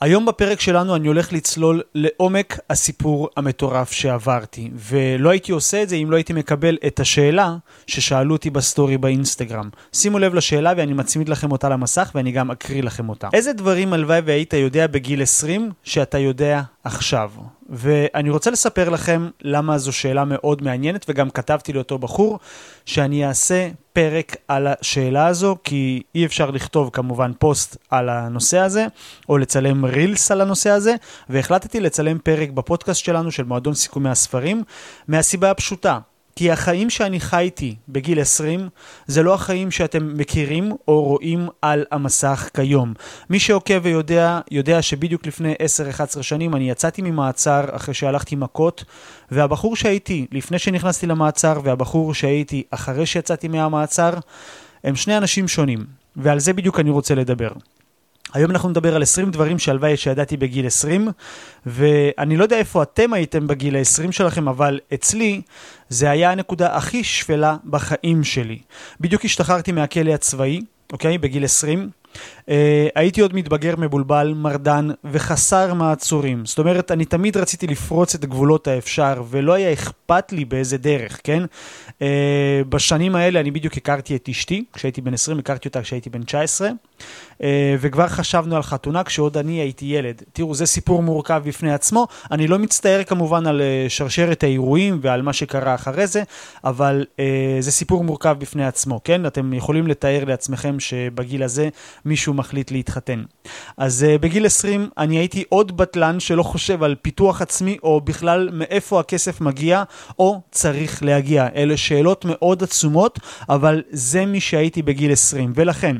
היום בפרק שלנו אני הולך לצלול לעומק הסיפור המטורף שעברתי, ולא הייתי עושה את זה אם לא הייתי מקבל את השאלה ששאלו אותי בסטורי באינסטגרם. שימו לב לשאלה ואני מצמיד לכם אותה למסך ואני גם אקריא לכם אותה. איזה דברים הלוואי והיית יודע בגיל 20 שאתה יודע עכשיו? ואני רוצה לספר לכם למה זו שאלה מאוד מעניינת, וגם כתבתי לאותו בחור שאני אעשה פרק על השאלה הזו, כי אי אפשר לכתוב כמובן פוסט על הנושא הזה, או לצלם רילס על הנושא הזה, והחלטתי לצלם פרק בפודקאסט שלנו של מועדון סיכומי הספרים, מהסיבה הפשוטה. כי החיים שאני חייתי בגיל 20 זה לא החיים שאתם מכירים או רואים על המסך כיום. מי שעוקב ויודע שבדיוק לפני 10-11 שנים אני יצאתי ממעצר אחרי שהלכתי מכות, והבחור שהייתי לפני שנכנסתי למעצר והבחור שהייתי אחרי שיצאתי מהמעצר הם שני אנשים שונים, ועל זה בדיוק אני רוצה לדבר. היום אנחנו נדבר על 20 דברים שהלוואי שידעתי בגיל 20, ואני לא יודע איפה אתם הייתם בגיל ה-20 שלכם, אבל אצלי זה היה הנקודה הכי שפלה בחיים שלי. בדיוק השתחררתי מהכלא הצבאי, אוקיי? בגיל 20. הייתי עוד מתבגר, מבולבל, מרדן וחסר מעצורים. זאת אומרת, אני תמיד רציתי לפרוץ את גבולות האפשר, ולא היה אכפת לי באיזה דרך, כן? בשנים האלה אני בדיוק הכרתי את אשתי, כשהייתי בן 20, הכרתי אותה כשהייתי בן 19, וכבר חשבנו על חתונה כשעוד אני הייתי ילד. תראו, זה סיפור מורכב בפני עצמו. אני לא מצטער כמובן על שרשרת האירועים ועל מה שקרה אחרי זה, אבל זה סיפור מורכב בפני עצמו, כן? אתם יכולים לתאר לעצמכם שבגיל הזה מישהו מחליט להתחתן. אז בגיל 20 אני הייתי עוד בטלן שלא חושב על פיתוח עצמי או בכלל מאיפה הכסף מגיע או צריך להגיע. אלה שאלות מאוד עצומות, אבל זה מי שהייתי בגיל 20. ולכן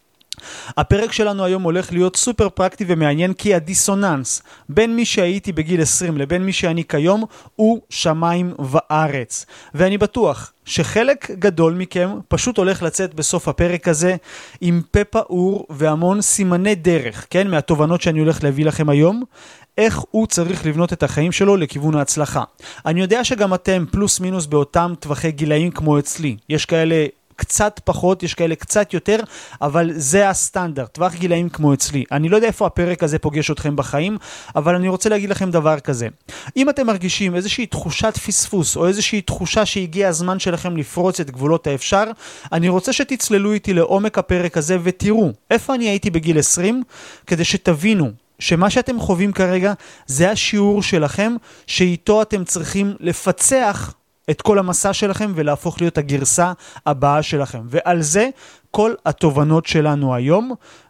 הפרק שלנו היום הולך להיות סופר פרקטי ומעניין, כי הדיסוננס בין מי שהייתי בגיל 20 לבין מי שאני כיום הוא שמיים וארץ. ואני בטוח שחלק גדול מכם פשוט הולך לצאת בסוף הפרק הזה עם פה פעור והמון סימני דרך, כן? מהתובנות שאני הולך להביא לכם היום, איך הוא צריך לבנות את החיים שלו לכיוון ההצלחה. אני יודע שגם אתם פלוס מינוס באותם טווחי גילאים כמו אצלי. יש כאלה קצת פחות, יש כאלה קצת יותר, אבל זה הסטנדרט, טווח גילאים כמו אצלי. אני לא יודע איפה הפרק הזה פוגש אתכם בחיים, אבל אני רוצה להגיד לכם דבר כזה. אם אתם מרגישים איזושהי תחושת פספוס, או איזושהי תחושה שהגיע הזמן שלכם לפרוץ את גבולות האפשר, אני רוצה שתצללו איתי לעומק הפרק הזה ותראו איפה אני הייתי בגיל 20, כדי שתבינו שמה שאתם חווים כרגע זה השיעור שלכם, שאיתו אתם צריכים לפצח את כל המסע שלכם ולהפוך להיות הגרסה הבאה שלכם. ועל זה כל התובנות שלנו היום.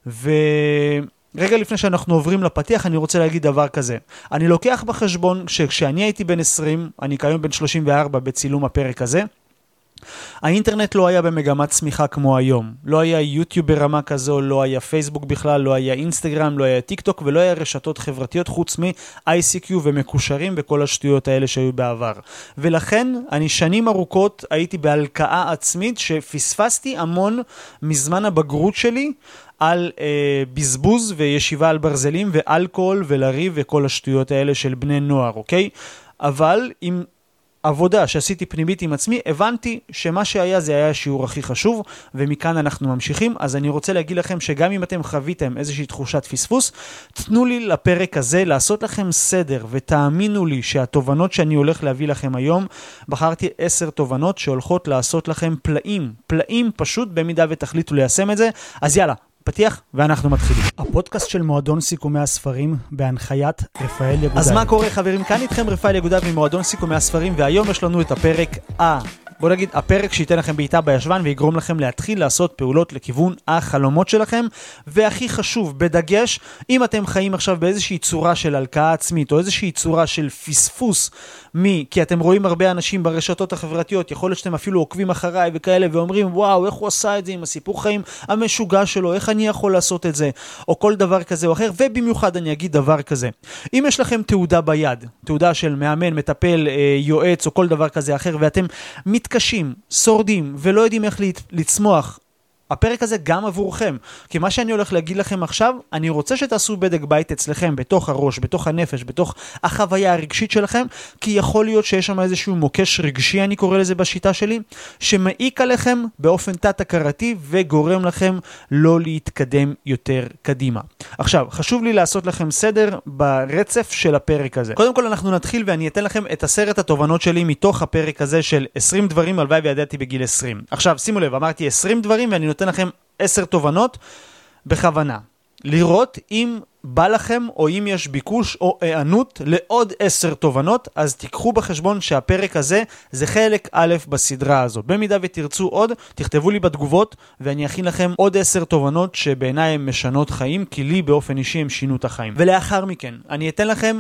ורגע לפני שאנחנו עוברים לפתיח, אני רוצה להגיד דבר כזה. אני לוקח בחשבון שכשאני הייתי בן 20, אני כיום בן 34 בצילום הפרק הזה, האינטרנט לא היה במגמת צמיחה כמו היום. לא היה יוטיוב ברמה כזו, לא היה פייסבוק בכלל, לא היה אינסטגרם, לא היה טיק טוק, ולא היה רשתות חברתיות חוץ מ-ICQ ומקושרים וכל השטויות האלה שהיו בעבר. ולכן אני שנים ארוכות הייתי בהלקאה עצמית שפספסתי המון מזמן הבגרות שלי על בזבוז וישיבה על ברזלים ואלכוהול ולריב וכל השטויות האלה של בני נוער, אוקיי? אבל עם עבודה שעשיתי פנימית עם עצמי, הבנתי שמה שהיה זה היה השיעור הכי חשוב, ומכאן אנחנו ממשיכים. אז אני רוצה להגיד לכם שגם אם אתם חוויתם איזושהי תחושת פספוס, תנו לי לפרק הזה לעשות לכם סדר, ותאמינו לי שהתובנות שאני הולך להביא לכם היום, בחרתי 10 תובנות שהולכות לעשות לכם פלאים פשוט במידה ותחליטו ליישם את זה. אז יאללה, פתיח ואנחנו מתחילים. הפודקאסט של מועדון סיכומי הספרים בהנחיית רפאל יגודל. אז מה קורה חברים? כאן איתכם רפאל יגודל ממועדון סיכומי הספרים, והיום יש לנו את הפרק בוא נגיד הפרק שייתן לכם בעיטה בישבן ויגרום לכם להתחיל לעשות פעולות לכיוון החלומות שלכם. והכי חשוב, בדגש, אם אתם חיים עכשיו באיזושהי צורה של הלקאה עצמית או איזושהי צורה של פספוס כי אתם רואים הרבה אנשים ברשתות החברתיות, יכול להיות שאתם אפילו עוקבים אחריי וכאלה ואומרים וואו, איך הוא עשה את זה עם הסיפור חיים המשוגע שלו, איך אני יכול לעשות את זה, או כל דבר כזה או אחר. ובמיוחד אני אגיד דבר כזה, אם יש לכם תעודה ביד, תעודה של מאמן, מטפל, יועץ או כל דבר כזה אחר, ואתם מתקשים, שורדים ולא יודעים איך לצמוח הפרק הזה גם עבורכם, כי מה שאני הולך להגיד לכם עכשיו, אני רוצה שתעשו בדק בית אצלכם, בתוך הראש, בתוך הנפש, בתוך החוויה הרגשית שלכם, כי יכול להיות שיש שם איזשהו מוקש רגשי, אני קורא לזה בשיטה שלי, שמעיק עליכם באופן תת-הכרתי, וגורם לכם לא להתקדם יותר קדימה. עכשיו, חשוב לי לעשות לכם סדר ברצף של הפרק הזה. קודם כל אנחנו נתחיל ואני אתן לכם את 10 התובנות שלי מתוך הפרק הזה של 20 דברים הלוואי וידעתי בגיל 20. עכשיו, שימו לב, אמרתי 20 דברים ואני נותן לכם 10 תובנות בכוונה. לראות אם בא לכם או אם יש ביקוש או הענות לעוד 10 תובנות, אז תיקחו בחשבון שהפרק הזה זה חלק א' בסדרה הזאת. במידה ותרצו עוד, תכתבו לי בתגובות ואני אכין לכם עוד 10 תובנות שבעיניי הן משנות חיים, כי לי באופן אישי הם שינו את החיים. ולאחר מכן, אני אתן לכם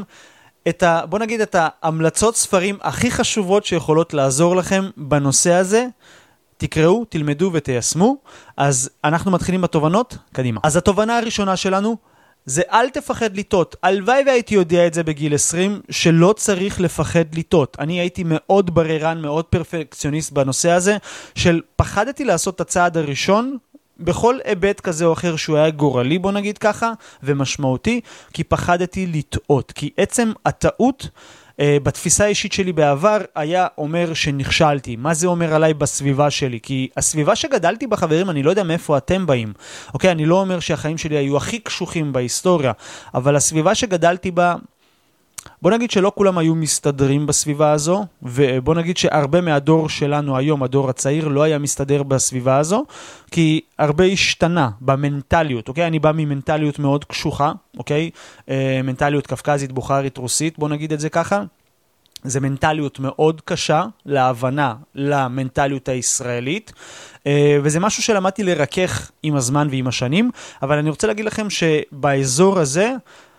בוא נגיד את ההמלצות ספרים הכי חשובות שיכולות לעזור לכם בנושא הזה. תקראו, תלמדו ותיישמו. אז אנחנו מתחילים בתובנות, קדימה. אז התובנה הראשונה שלנו זה אל תפחד לטעות. הלוואי והייתי יודע את זה בגיל 20, שלא צריך לפחד לטעות. אני הייתי מאוד בררן, מאוד פרפקציוניסט בנושא הזה, של פחדתי לעשות את הצעד הראשון, בכל היבט כזה או אחר שהוא היה גורלי, בוא נגיד ככה, ומשמעותי, כי פחדתי לטעות. כי עצם הטעות בתפיסה האישית שלי בעבר היה אומר שנכשלתי. מה זה אומר עליי בסביבה שלי? כי הסביבה שגדלתי בחברים, אני לא יודע מאיפה אתם באים. אוקיי, אני לא אומר שהחיים שלי היו הכי קשוחים בהיסטוריה, אבל הסביבה שגדלתי בה, בוא נגיד שלא כולם היו מסתדרים בסביבה הזו, ובוא נגיד שהרבה מהדור שלנו היום, הדור הצעיר, לא היה מסתדר בסביבה הזו, כי הרבה השתנה במנטליות, אוקיי? אני בא ממנטליות מאוד קשוחה, אוקיי? מנטליות קפקזית, בוכרית, רוסית, בוא נגיד את זה ככה. זה מנטליות מאוד קשה להבנה למנטליות הישראלית, וזה משהו שלמדתי לרכך עם הזמן ועם השנים, אבל אני רוצה להגיד לכם שבאזור הזה,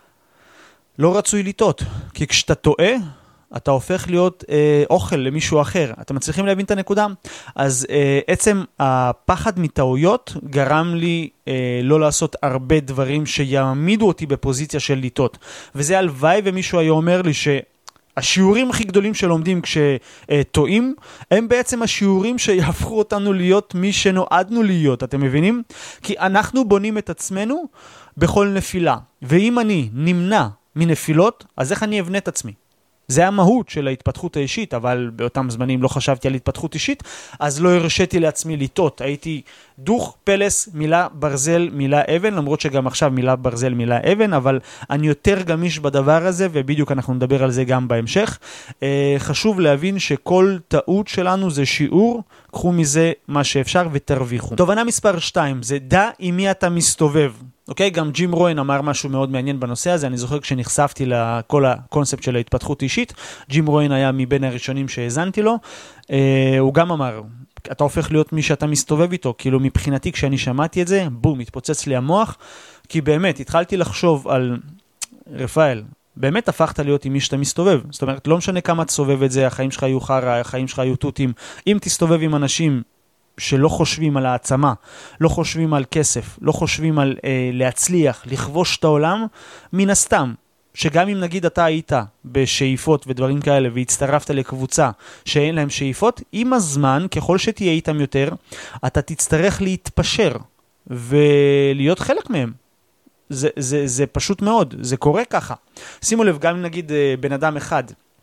לא רצוי לטעות, כי כשאתה טועה, אתה הופך להיות אוכל למישהו אחר. אתם מצליחים להבין את הנקודה? אז עצם הפחד מטעויות גרם לי לא לעשות הרבה דברים שיעמידו אותי בפוזיציה של לטעות. וזה הלוואי ומישהו היה אומר לי שהשיעורים הכי גדולים שלומדים כשטועים, הם בעצם השיעורים שיהפכו אותנו להיות מי שנועדנו להיות. אתם מבינים? כי אנחנו בונים את עצמנו בכל נפילה. ואם אני נמנע מנפילות, אז איך אני אבנה את עצמי? זה המהות של ההתפתחות האישית, אבל באותם זמנים לא חשבתי על התפתחות אישית, אז לא הרשיתי לעצמי לטעות. הייתי דוך, פלס, מילה ברזל, מילה אבן, למרות שגם עכשיו מילה ברזל, מילה אבן, אבל אני יותר גמיש בדבר הזה, ובדיוק אנחנו נדבר על זה גם בהמשך. חשוב להבין שכל טעות שלנו זה שיעור, קחו מזה מה שאפשר ותרוויחו. תובנה מספר 2, זה דע עם מי אתה מסתובב. אוקיי, גם ג'ים רוין אמר משהו מאוד מעניין בנושא הזה, אני זוכר כשנחשפתי לכל הקונספט של ההתפתחות אישית, ג'ים רוין היה מבין הראשונים שהאזנתי לו, הוא גם אמר, אתה הופך להיות מי שאתה מסתובב איתו, כאילו מבחינתי כשאני שמעתי את זה, בום, התפוצץ לי המוח, כי באמת התחלתי לחשוב על רפאל, באמת הפכת להיות עם מי שאתה מסתובב, זאת אומרת, לא משנה כמה תסובב את זה, החיים שלך יהיו חרה, החיים שלך יהיו תותים, אם תסתובב עם אנשים שלא חושבים על העצמה, לא חושבים על כסף, לא חושבים על להצליח, לכבוש את העולם, מן הסתם, שגם אם נגיד אתה היית בשאיפות ודברים כאלה, והצטרפת לקבוצה שאין להם שאיפות, עם הזמן, ככל שתהיה איתם יותר, אתה תצטרך להתפשר, ולהיות חלק מהם. זה פשוט מאוד, זה קורה ככה. שימו לב, גם אם נגיד בן אדם אחד,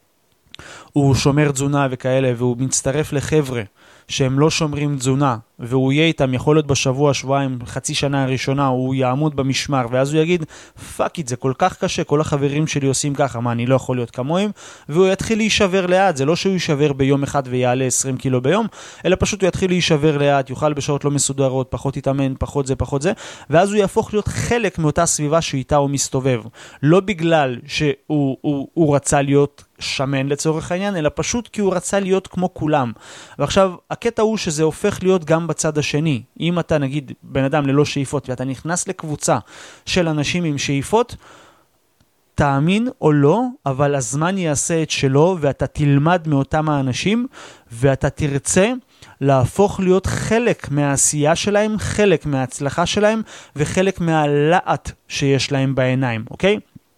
הוא שומר תזונה וכאלה, והוא מצטרף לחבר'ה, שהם לא שומרים תזונה, והוא יהיה איתם, יכול להיות בשבוע, שבועיים, חצי שנה הראשונה, הוא יעמוד במשמר, ואז הוא יגיד, פאק איט, זה כל כך קשה, כל החברים שלי עושים ככה, מה, אני לא יכול להיות כמוהם, והוא יתחיל להישבר לאט, זה לא שהוא יישבר ביום אחד ויעלה 20 קילו ביום, אלא פשוט הוא יתחיל להישבר לאט, יוכל בשעות לא מסודרות, פחות יתאמן, פחות זה, ואז הוא יהפוך להיות חלק מאותה סביבה שאיתה הוא מסתובב, לא בגלל שהוא רצה להיות שמן לצורך העניין, אלא פשוט כי הוא רצה להיות כמו כולם. ועכשיו, הקטע הוא שזה הופך להיות גם בצד השני. אם אתה נגיד בן אדם ללא שאיפות, ואתה נכנס לקבוצה של אנשים עם שאיפות, תאמין או לא, אבל הזמן יעשה את שלו, ואתה תלמד מאותם האנשים, ואתה תרצה להפוך להיות חלק מהעשייה שלהם, חלק מההצלחה שלהם, וחלק מהלהט שיש להם בעיניים, אוקיי?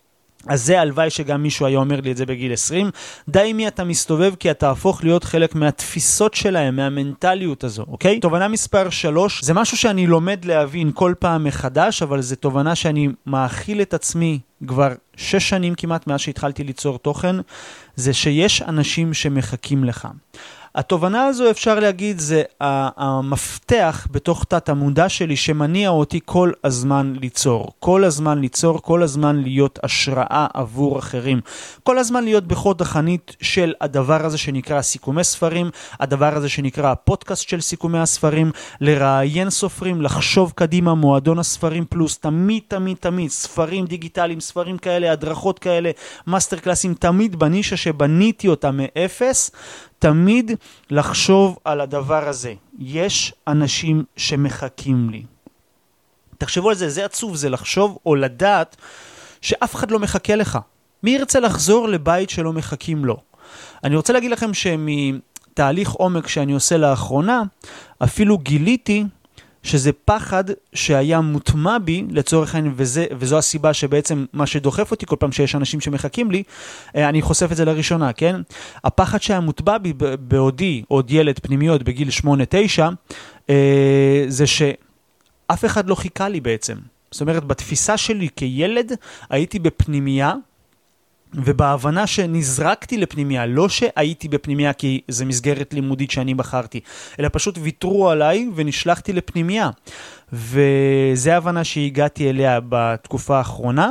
אז זה הלוואי שגם מישהו היה אומר לי את זה בגיל 20. די מי אתה מסתובב, כי אתה הפוך להיות חלק מהתפיסות שלהם, מהמנטליות הזו, אוקיי? תובנה מספר 3, זה משהו שאני לומד להבין כל פעם מחדש, אבל זה תובנה שאני מאכיל את עצמי כבר 6 שנים כמעט מאז שהתחלתי ליצור תוכן, זה שיש אנשים שמחכים לך. התובנה הזו, אפשר להגיד, זה המפתח בתוך תת המודע שלי שמניע אותי כל הזמן ליצור. כל הזמן ליצור, כל הזמן להיות השראה עבור אחרים. כל הזמן להיות בחוד החנית של הדבר הזה שנקרא סיכומי ספרים, הדבר הזה שנקרא הפודקאסט של סיכומי הספרים, לראיין סופרים, לחשוב קדימה, מועדון הספרים פלוס, תמיד, תמיד, תמיד, ספרים דיגיטליים, ספרים כאלה, הדרכות כאלה, מאסטר קלאסים, תמיד בנישה שבניתי אותה מאפס, תמיד לחשוב על הדבר הזה. יש אנשים שמחכים לי. תחשבו על זה, זה עצוב, זה לחשוב או לדעת שאף אחד לא מחכה לך. מי ירצה לחזור לבית שלא מחכים לו? אני רוצה להגיד לכם שמתהליך עומק שאני עושה לאחרונה, אפילו גיליתי שזה פחד שהיה מוטמע בי לצורך העניין, וזו הסיבה שבעצם מה שדוחף אותי כל פעם שיש אנשים שמחכים לי, אני חושף את זה לראשונה, כן? הפחד שהיה מוטבע בי בעודי, עוד ילד פנימיות בגיל 8-9, זה שאף אחד לא חיכה לי בעצם. זאת אומרת, בתפיסה שלי כילד הייתי בפנימייה, ובהבנה שנזרקתי לפנימיה, לא שהייתי בפנימיה כי זה מסגרת לימודית שאני בחרתי, אלא פשוט ויתרו עליי ונשלחתי לפנימיה. וזה ההבנה שהגעתי אליה בתקופה האחרונה,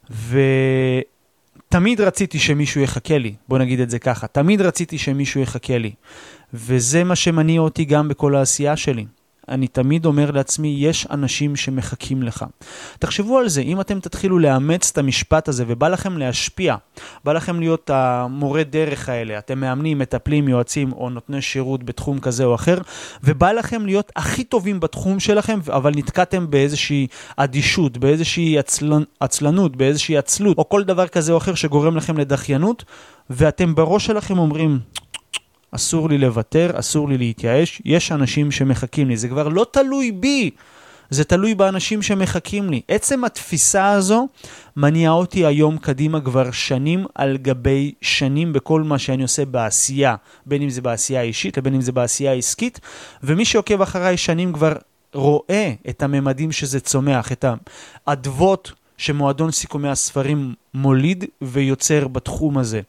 ותמיד רציתי שמישהו יחכה לי, בוא נגיד את זה ככה, תמיד רציתי שמישהו יחכה לי. וזה מה שמניע אותי גם בכל העשייה שלי. אני תמיד אומר לעצמי, יש אנשים שמחכים לך. תחשבו על זה, אם אתם תתחילו לאמץ את המשפט הזה, ובא לכם להשפיע, בא לכם להיות המורה דרך האלה, אתם מאמנים, מטפלים, יועצים, או נותני שירות בתחום כזה או אחר, ובא לכם להיות הכי טובים בתחום שלכם, אבל נתקעתם באיזושהי אדישות, באיזושהי עצלנות, באיזושהי עצלות, או כל דבר כזה או אחר שגורם לכם לדחיינות, ואתם בראש שלכם אומרים, אסור לי לוותר, אסור לי להתייאש, יש אנשים שמחכים לי, זה כבר לא תלוי בי, זה תלוי באנשים שמחכים לי. עצם התפיסה הזו מניעה אותי היום קדימה כבר שנים על גבי שנים בכל מה שאני עושה בעשייה, בין אם זה בעשייה אישית לבין אם זה בעשייה עסקית, ומי שעוקב אחריי שנים כבר רואה את הממדים שזה צומח, את האדוות שמועדון סיכומי הספרים מוליד ויוצר בתחום הזה.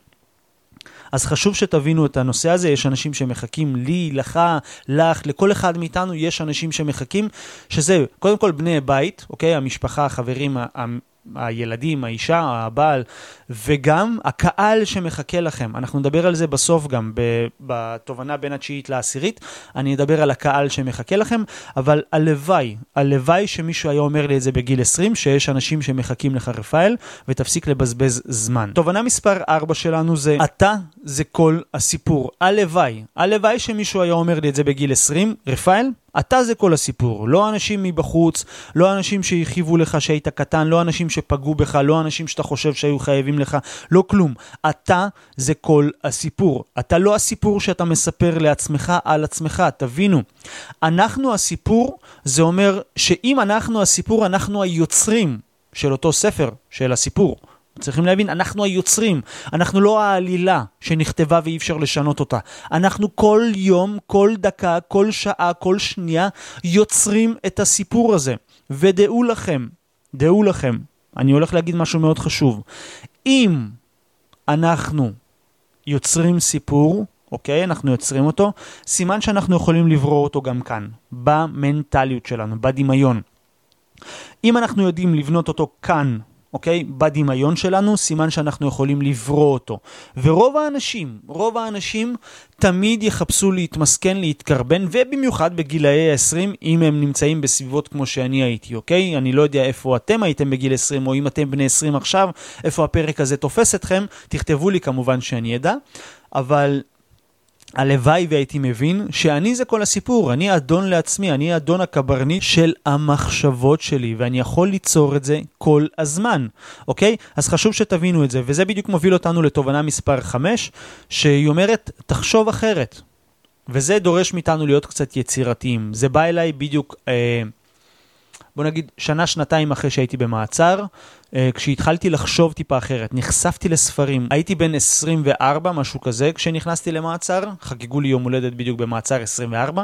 אז חשוב שתבינו את הנושא הזה, יש אנשים שמחכים לי, לך, לכל אחד מאיתנו יש אנשים שמחכים, שזה קודם כל בני בית, אוקיי? המשפחה, החברים, הילדים, האישה, הבעל, וגם הקהל שמחכה לכם. אנחנו נדבר על זה בסוף גם, בתובנה בין 9 ל10, אני אדבר על הקהל שמחכה לכם, אבל הלוואי שמישהו היה אומר לי את זה בגיל 20, שיש אנשים שמחכים לך רפאל, ותפסיק לבזבז זמן. תובנה מספר 4 שלנו זה, אתה זה כל הסיפור. הלוואי שמישהו היה אומר לי את זה בגיל 20, רפאל, אתה זה כל הסיפור, לא אנשים מבחוץ, לא אנשים שיחיבו לך שהיית קטן, לא אנשים שפגעו בך, לא אנשים שאתה חושב שהיו חייבים לך, לא כלום. אתה זה כל הסיפור. אתה לא הסיפור שאתה מספר לעצמך על עצמך, תבינו. אנחנו הסיפור, זה אומר שאם אנחנו הסיפור, אנחנו היוצרים של אותו ספר, של הסיפור. צריכים להבין, אנחנו היוצרים, אנחנו לא העלילה שנכתבה ואי אפשר לשנות אותה. אנחנו כל יום, כל דקה, כל שעה, כל שנייה, יוצרים את הסיפור הזה. ודעו לכם, אני הולך להגיד משהו מאוד חשוב. אם אנחנו יוצרים סיפור, אוקיי, אנחנו יוצרים אותו, סימן שאנחנו יכולים לברוא אותו גם כאן, במנטליות שלנו, בדמיון. אם אנחנו יודעים לבנות אותו כאן, אוקיי? בדמיון שלנו, סימן שאנחנו יכולים לברוא אותו. ורוב האנשים תמיד יחפשו להתמסכן, להתקרבן, ובמיוחד בגילאי 20, אם הם נמצאים בסביבות כמו שאני הייתי, אוקיי? אני לא יודע איפה אתם הייתם בגיל 20, או אם אתם בני 20 עכשיו, איפה הפרק הזה תופס אתכם, תכתבו לי כמובן שאני ידע, אבל הלוואי והייתי מבין שאני זה כל הסיפור, אני אדון לעצמי, אני אדון הקברניט של המחשבות שלי, ואני יכול ליצור את זה כל הזמן, אוקיי? אז חשוב שתבינו את זה, וזה בדיוק מוביל אותנו לתובנה מספר 5, שהיא אומרת, תחשוב אחרת, וזה דורש מאיתנו להיות קצת יצירתיים. זה בא אליי בדיוק בוא נגיד, שנה, שנתיים אחרי שהייתי במעצר, כשהתחלתי לחשוב טיפה אחרת, נחשפתי לספרים, הייתי בן 24, משהו כזה, כשנכנסתי למעצר, חגגו לי יום הולדת בדיוק במעצר 24,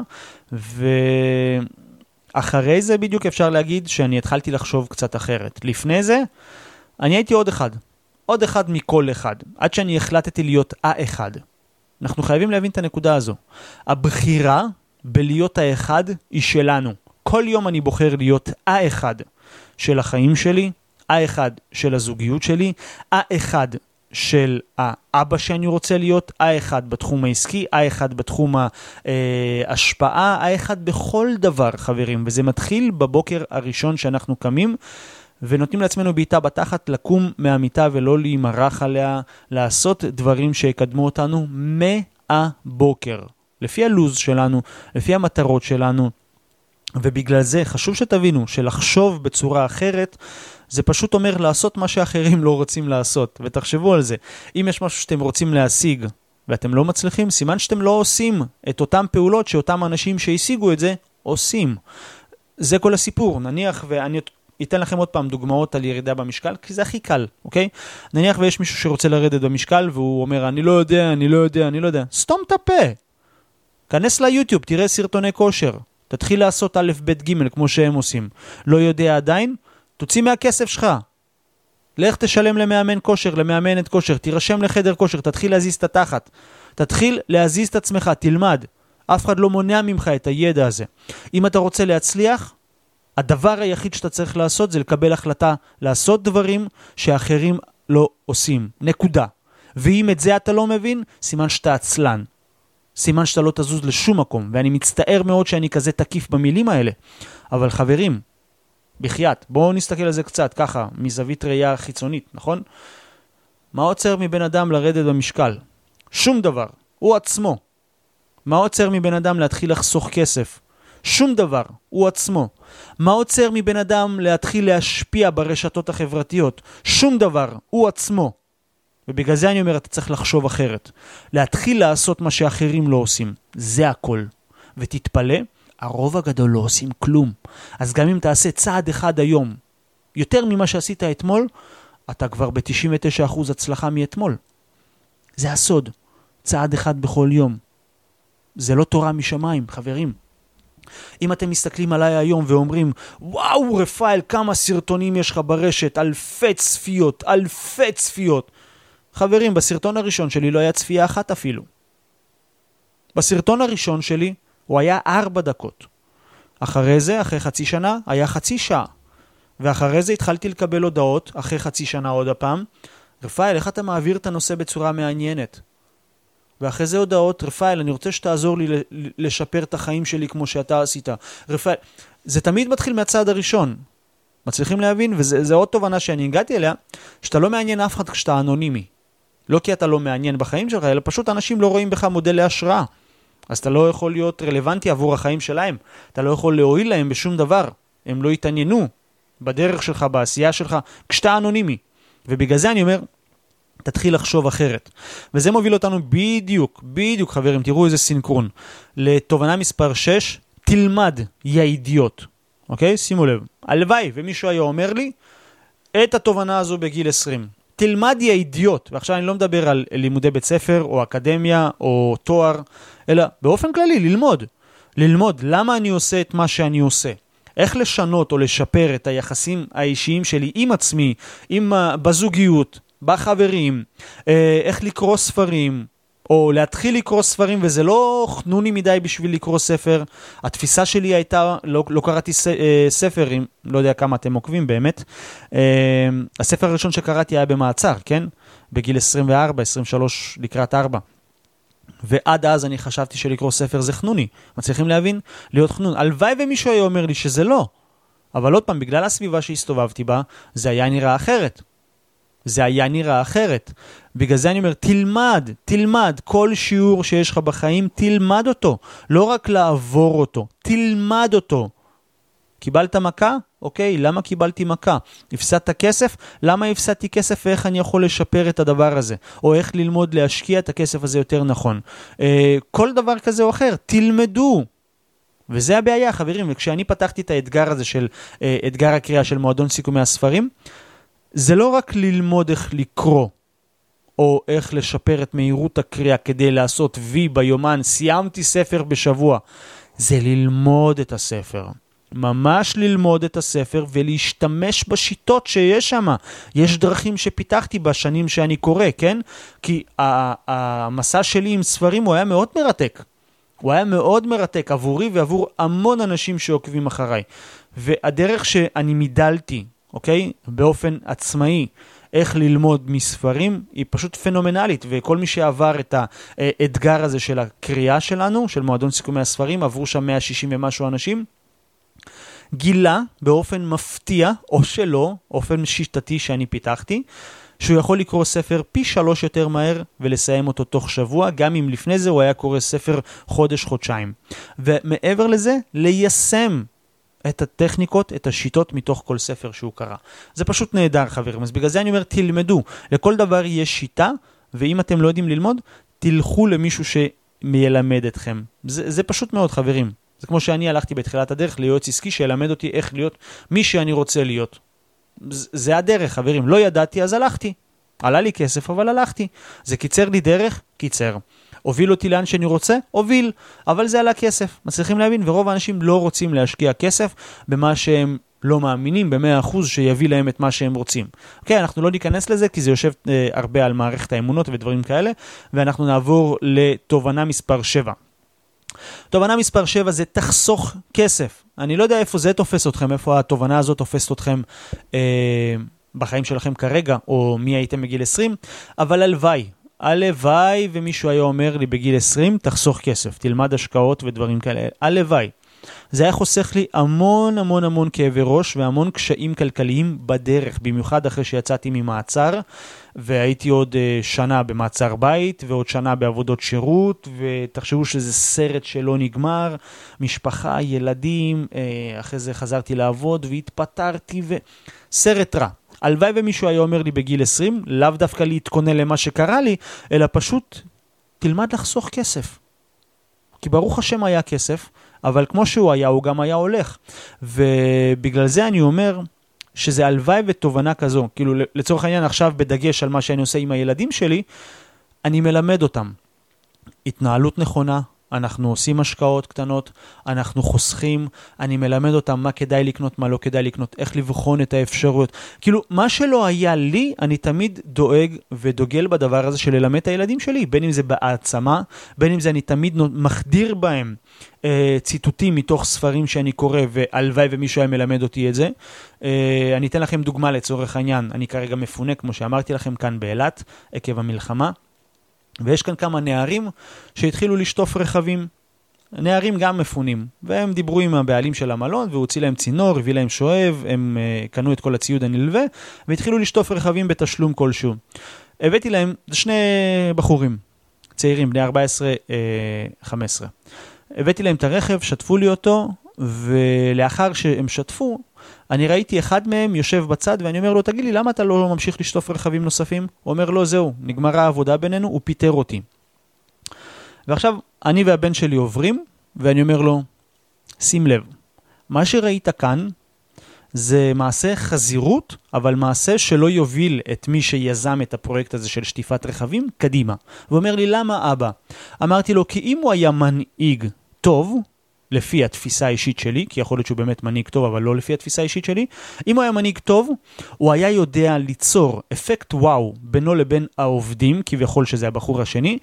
ואחרי זה בדיוק אפשר להגיד שאני התחלתי לחשוב קצת אחרת. לפני זה, אני הייתי עוד אחד מכל אחד, עד שאני החלטתי להיות האחד. אנחנו חייבים להבין את הנקודה הזו. הבחירה בלהיות האחד היא שלנו. כל יום אני בוחר להיות האחד של החיים שלי, האחד של הזוגיות שלי, האחד של האבא שאני רוצה להיות, האחד בתחום העסקי, האחד בתחום ההשפעה, האחד בכל דבר, חברים. וזה מתחיל בבוקר הראשון שאנחנו קמים, ונותנים לעצמנו בעיטה בתחת לקום מהמיטה ולא להימרח עליה, לעשות דברים שיקדמו אותנו מהבוקר. לפי הלוז שלנו, לפי המטרות שלנו, ובגלל זה חשוב שתבינו שלחשוב בצורה אחרת, זה פשוט אומר לעשות מה שאחרים לא רוצים לעשות, ותחשבו על זה. אם יש משהו שאתם רוצים להשיג ואתם לא מצליחים, סימן שאתם לא עושים את אותם פעולות שאותם אנשים שהשיגו את זה עושים. זה כל הסיפור. נניח, ואני אתן לכם עוד פעם דוגמאות על ירידה במשקל, כי זה הכי קל, אוקיי? נניח ויש מישהו שרוצה לרדת במשקל, והוא אומר, אני לא יודע. סתום את הפה. כנס ליוטיוב, תראה סרטוני כושר. תתחיל לעשות א' ב' ג' כמו שהם עושים. לא יודע עדיין? תוציא מהכסף שלך. לך תשלם למאמן כושר, למאמנת כושר, תירשם לחדר כושר, תתחיל להזיז את התחת. תתחיל להזיז את עצמך, תלמד. אף אחד לא מונע ממך את הידע הזה. אם אתה רוצה להצליח, הדבר היחיד שאתה צריך לעשות זה לקבל החלטה לעשות דברים שאחרים לא עושים. נקודה. ואם את זה אתה לא מבין, סימן שאתה עצלן. סימן שאתה לא תזוז לשום מקום. ואני מצטער מאוד שאני כזה תקיף במילים האלה. אבל חברים, בחייאת, בואו נסתכל על זה קצת ככה, מזווית ראייה חיצונית, נכון? מה עוצר מבן אדם לרדת במשקל? שום דבר. הוא עצמו. מה עוצר מבן אדם להתחיל לחסוך כסף? שום דבר, הוא עצמו. מה עוצר מבן אדם להתחיל להשפיע ברשתות החברתיות? שום דבר, הוא עצמו. ובגלל זה אני אומר, אתה צריך לחשוב אחרת. להתחיל לעשות מה שאחרים לא עושים. זה הכל. ותתפלא, הרוב הגדול לא עושים כלום. אז גם אם תעשה צעד אחד היום, יותר ממה שעשית אתמול, אתה כבר ב-99% הצלחה מאתמול. זה הסוד. צעד אחד בכל יום. זה לא תורה משמיים, חברים. אם אתם מסתכלים עליי היום ואומרים, וואו רפאל, כמה סרטונים יש לך ברשת, אלפי צפיות. חברים, בסרטון הראשון שלי לא היה צפייה אחת אפילו. בסרטון הראשון שלי הוא היה 4 דקות. אחרי זה, אחרי חצי שנה, היה חצי שעה. ואחרי זה התחלתי לקבל הודעות, אחרי חצי שנה עוד הפעם, רפאל, איך אתה מעביר את הנושא בצורה מעניינת? ואחרי זה הודעות, רפאל, אני רוצה שתעזור לי לשפר את החיים שלי כמו שאתה עשית. רפאל, זה תמיד מתחיל מהצעד הראשון. מצליחים להבין? וזה עוד תובנה שאני הגעתי אליה, שאתה לא מעניין אף אחד כשאתה אנונימי. לא כי אתה לא מעניין בחיים שלך, אלא פשוט אנשים לא רואים בך מודל להשראה. אז אתה לא יכול להיות רלוונטי עבור החיים שלהם. אתה לא יכול להועיל להם בשום דבר. הם לא יתעניינו בדרך שלך, בעשייה שלך, כשאתה אנונימי. ובגלל זה אני אומר, תתחיל לחשוב אחרת. וזה מוביל אותנו בדיוק, חברים, תראו איזה סינכרון. לתובנה מספר 6, תלמד, יא אידיוט. אוקיי? שימו לב. הלוואי, ומישהו היה אומר לי, את התובנה הזו בגיל 20. תלמד, יא אידיוט. ועכשיו אני לא מדבר על לימודי בית ספר, או אקדמיה, או תואר, אלא באופן כללי, ללמוד. למה אני עושה את מה שאני עושה? איך לשנות או לשפר את היחסים האישיים שלי עם עצמי, בזוגיות, בחברים, איך לקרוא ספרים, או להתחיל לקרוא ספרים, וזה לא חנוני מדי בשביל לקרוא ספר. התפיסה שלי הייתה, לא קראתי ספרים, לא יודע כמה אתם עוקבים באמת. הספר הראשון שקראתי היה במעצר, כן? בגיל 24, 23 לקראת 4. ועד אז אני חשבתי שלקרוא ספר זה חנוני. מצליחים להבין? להיות חנון. הלוואי ומישהו היה אומר לי שזה לא. אבל עוד פעם, בגלל הסביבה שהסתובבתי בה, זה היה נראה אחרת. בגלל זה אני אומר, תלמד. כל שיעור שיש לך בחיים, תלמד אותו. לא רק לעבור אותו, תלמד אותו. קיבלת מכה? אוקיי, למה קיבלתי מכה? הפסדת כסף? למה הפסדתי כסף ואיך אני יכול לשפר את הדבר הזה? או איך ללמוד להשקיע את הכסף הזה יותר נכון? כל דבר כזה או אחר, תלמדו. וזה הבעיה, חברים, וכשאני פתחתי את האתגר הזה של אתגר הקריאה של מועדון סיכומי הספרים, זה לא רק ללמוד איך לקרוא, או איך לשפר את מהירות הקריאה כדי לעשות וי ביומן, סיימתי ספר בשבוע. זה ללמוד את הספר. ממש ללמוד את הספר ולהשתמש בשיטות שיש שם. יש דרכים שפיתחתי בשנים שאני קורא, כן? כי המסע שלי עם ספרים הוא היה מאוד מרתק. הוא היה מאוד מרתק עבורי ועבור המון אנשים שעוקבים אחריי. והדרך שאני מידלתי, אוקיי? באופן עצמאי, איך ללמוד מספרים, היא פשוט פנומנלית, וכל מי שעבר את האתגר הזה של הקריאה שלנו, של מועדון סיכומי הספרים, עברו שם 160 ומשהו אנשים, גילה באופן מפתיע, או שלא, אופן שיטתי שאני פיתחתי, שהוא יכול לקרוא ספר פי 3 יותר מהר ולסיים אותו תוך שבוע, גם אם לפני זה הוא היה קורא ספר חודש-חודשיים. ומעבר לזה, ליישם את הטכניקות, את השיטות מתוך כל ספר שהוא קרא. זה פשוט נהדר, חברים. אז בגלל זה אני אומר, תלמדו. לכל דבר יש שיטה, ואם אתם לא יודעים ללמוד, תלכו למישהו שמילמד אתכם. זה פשוט מאוד, חברים. זה כמו שאני הלכתי בתחילת הדרך ליועץ עסקי, שילמד אותי איך להיות מי שאני רוצה להיות. זה הדרך, חברים. לא ידעתי, אז הלכתי. עלה לי כסף, אבל הלכתי. זה קיצר לי דרך? קיצר. הוביל אותי לאן שאני רוצה? הוביל. אבל זה עלה כסף. מצליחים להבין, ורוב האנשים לא רוצים להשקיע כסף במה שהם לא מאמינים ב100% שיביא להם את מה שהם רוצים. אוקיי, אנחנו לא ניכנס לזה, כי זה יושב הרבה על מערכת האמונות ודברים כאלה, ואנחנו נעבור לתובנה מספר 7. תובנה מספר 7 זה תחסוך כסף. אני לא יודע איפה זה תופס אתכם, איפה התובנה הזאת תופסת אתכם בחיים שלכם כרגע, או מי הייתם בגיל 20, אבל הלוואי ומישהו היה אומר לי בגיל 20, תחסוך כסף, תלמד השקעות ודברים כאלה. הלוואי. זה היה חוסך לי המון המון המון כאבי ראש והמון קשיים כלכליים בדרך, במיוחד אחרי שיצאתי ממעצר, והייתי עוד שנה במעצר בית, ועוד שנה בעבודות שירות, ותחשבו שזה סרט שלא נגמר, משפחה, ילדים, אחרי זה חזרתי לעבוד והתפטרתי, סרט רע. הלוואי ומישהו היה אומר לי בגיל 20, לאו דווקא להתכונן למה שקרה לי, אלא פשוט תלמד לחסוך כסף. כי ברוך השם היה כסף, אבל כמו שהוא היה, הוא גם היה הולך. ובגלל זה אני אומר שזה הלוואי ותובנה כזו. כאילו לצורך העניין עכשיו בדגש על מה שאני עושה עם הילדים שלי, אני מלמד אותם. התנהלות נכונה, אנחנו עושים השקעות קטנות, אנחנו חוסכים, אני מלמד אותם מה כדאי לקנות, מה לא כדאי לקנות, איך לבחון את האפשרויות. כאילו, מה שלא היה לי, אני תמיד דואג ודוגל בדבר הזה של ללמד את הילדים שלי, בין אם זה בהעצמה, בין אם זה אני תמיד מחדיר בהם ציטוטים מתוך ספרים שאני קורא, והלוואי ומישהו היה מלמד אותי את זה. אני אתן לכם דוגמה לצורך העניין, אני כרגע מפונה, כמו שאמרתי לכם כאן באילת, עקב המלחמה, ויש כאן כמה נערים שהתחילו לשטוף רכבים. נערים גם מפונים, והם דיברו עם הבעלים של המלון, והוא הוציא להם צינור, הביא להם שואב, הם קנו את כל הציוד הנלווה, והתחילו לשטוף רכבים בתשלום כלשהו. הבאתי להם שני בחורים, צעירים, בני 14-15. הבאתי להם את הרכב, שטפו לי אותו, ולאחר שהם שטפו, אני ראיתי אחד מהם יושב בצד, ואני אומר לו, תגיד לי, למה אתה לא ממשיך לשטוף רכבים נוספים? הוא אומר לו, זהו, נגמרה העבודה בינינו, הוא פיטר אותי. ועכשיו, אני והבן שלי עוברים, ואני אומר לו, שים לב, מה שראית כאן, זה מעשה חזירות, אבל מעשה שלא יוביל את מי שיזם את הפרויקט הזה של שטיפת רכבים, קדימה. הוא אומר לי, למה אבא? אמרתי לו, כי אם הוא היה מנהיג טוב, לפי התפיסה האישית שלי, כי יכול להיות שהוא באמת מנהיג טוב, אבל לא לפי התפיסה האישית שלי, אם הוא היה מנהיג טוב, הוא היה יודע ליצור אפקט וואו בינו לבין העובדים, כביכול שזה הבחור השני,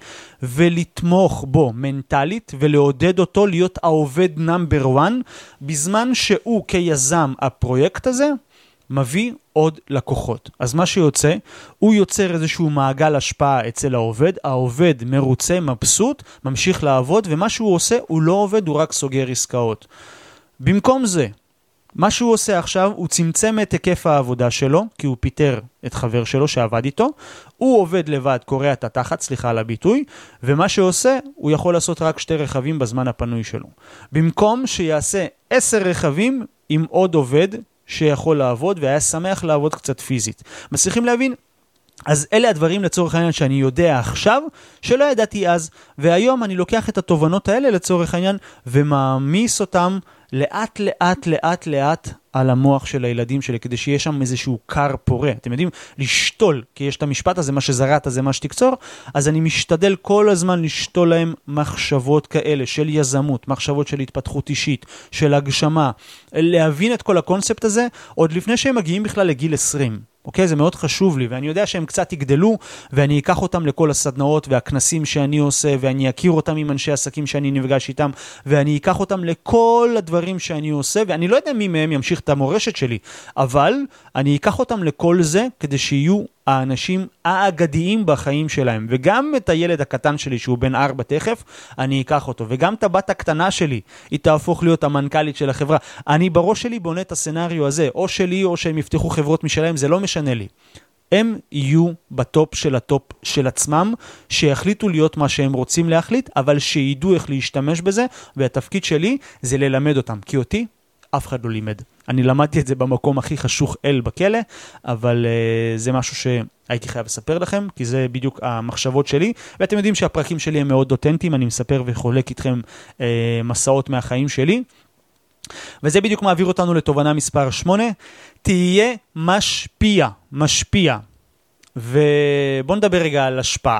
ולתמוך בו מנטלית, ולעודד אותו להיות העובד נאמבר 1, בזמן שהוא כיזם הפרויקט הזה, מביא עוד לקוחות. אז מה שיוצא, הוא יוצר איזשהו מעגל השפעה אצל העובד, העובד מרוצה, מבסוט, ממשיך לעבוד, ומה שהוא עושה, הוא לא עובד, הוא רק סוגר עסקאות. במקום זה, מה שהוא עושה עכשיו, הוא צמצם את היקף העבודה שלו, כי הוא פיטר את חבר שלו שעבד איתו, הוא עובד לבד, קורא את התחת, סליחה על הביטוי, ומה שעושה, הוא יכול לעשות רק 2 רכבים בזמן הפנוי שלו. במקום שיעשה 10 רכבים עם עוד עובד, שיכול לעבוד, והיה שמח לעבוד קצת פיזית. מצליחים להבין? אז אלה הדברים לצורך העניין שאני יודע עכשיו, שלא ידעתי אז, והיום אני לוקח את התובנות האלה לצורך העניין, ומעמיס אותם לאט לאט לאט לאט על המוח של הילדים שלי, כדי שיהיה שם איזשהו קר פורה. אתם יודעים, לשתול, כי יש את המשפט הזה, מה שזרעת זה מה שתקצור, אז אני משתדל כל הזמן לשתול להם מחשבות כאלה, של יזמות, מחשבות של התפתחות אישית, של הגשמה, להבין את כל הקונספט הזה, עוד לפני שהם מגיעים בכלל לגיל 20. אוקיי? זה מאוד חשוב לי, ואני יודע שהם קצת יגדלו, ואני אקח אותם לכל הסדנאות והכנסים שאני עושה, ואני אכיר אותם עם אנשי עסקים שאני נפגש איתם, ואני אקח אותם לכל הדברים שאני עושה, ואני לא יודע מי מהם ימשיך את המורשת שלי, אבל אני אקח אותם לכל זה, כדי שיהיו האנשים האגדיים בחיים שלהם, וגם את הילד הקטן שלי שהוא בן 4 תכף, אני אקח אותו, וגם את הבת הקטנה שלי, היא תהפוך להיות המנכ"לית של החברה. אני בראש שלי בונה את הסצנריו הזה, או שלי או שהם יפתחו חברות משלהם, זה לא משנה לי. הם יהיו בטופ של הטופ של עצמם, שיחליטו להיות מה שהם רוצים להחליט, אבל שידעו איך להשתמש בזה, והתפקיד שלי זה ללמד אותם, כי אותי אף אחד לא לימד. אני למדתי את זה במקום הכי חשוך בכלא, אבל זה משהו שהייתי חייב לספר לכם, כי זה בדיוק המחשבות שלי, ואתם יודעים שהפרקים שלי הם מאוד אותנטיים, אני מספר וחולק איתכם מסעות מהחיים שלי, וזה בדיוק מעביר אותנו לתובנה מספר 8, תהיה משפיע. ובוא נדבר רגע על השפעה.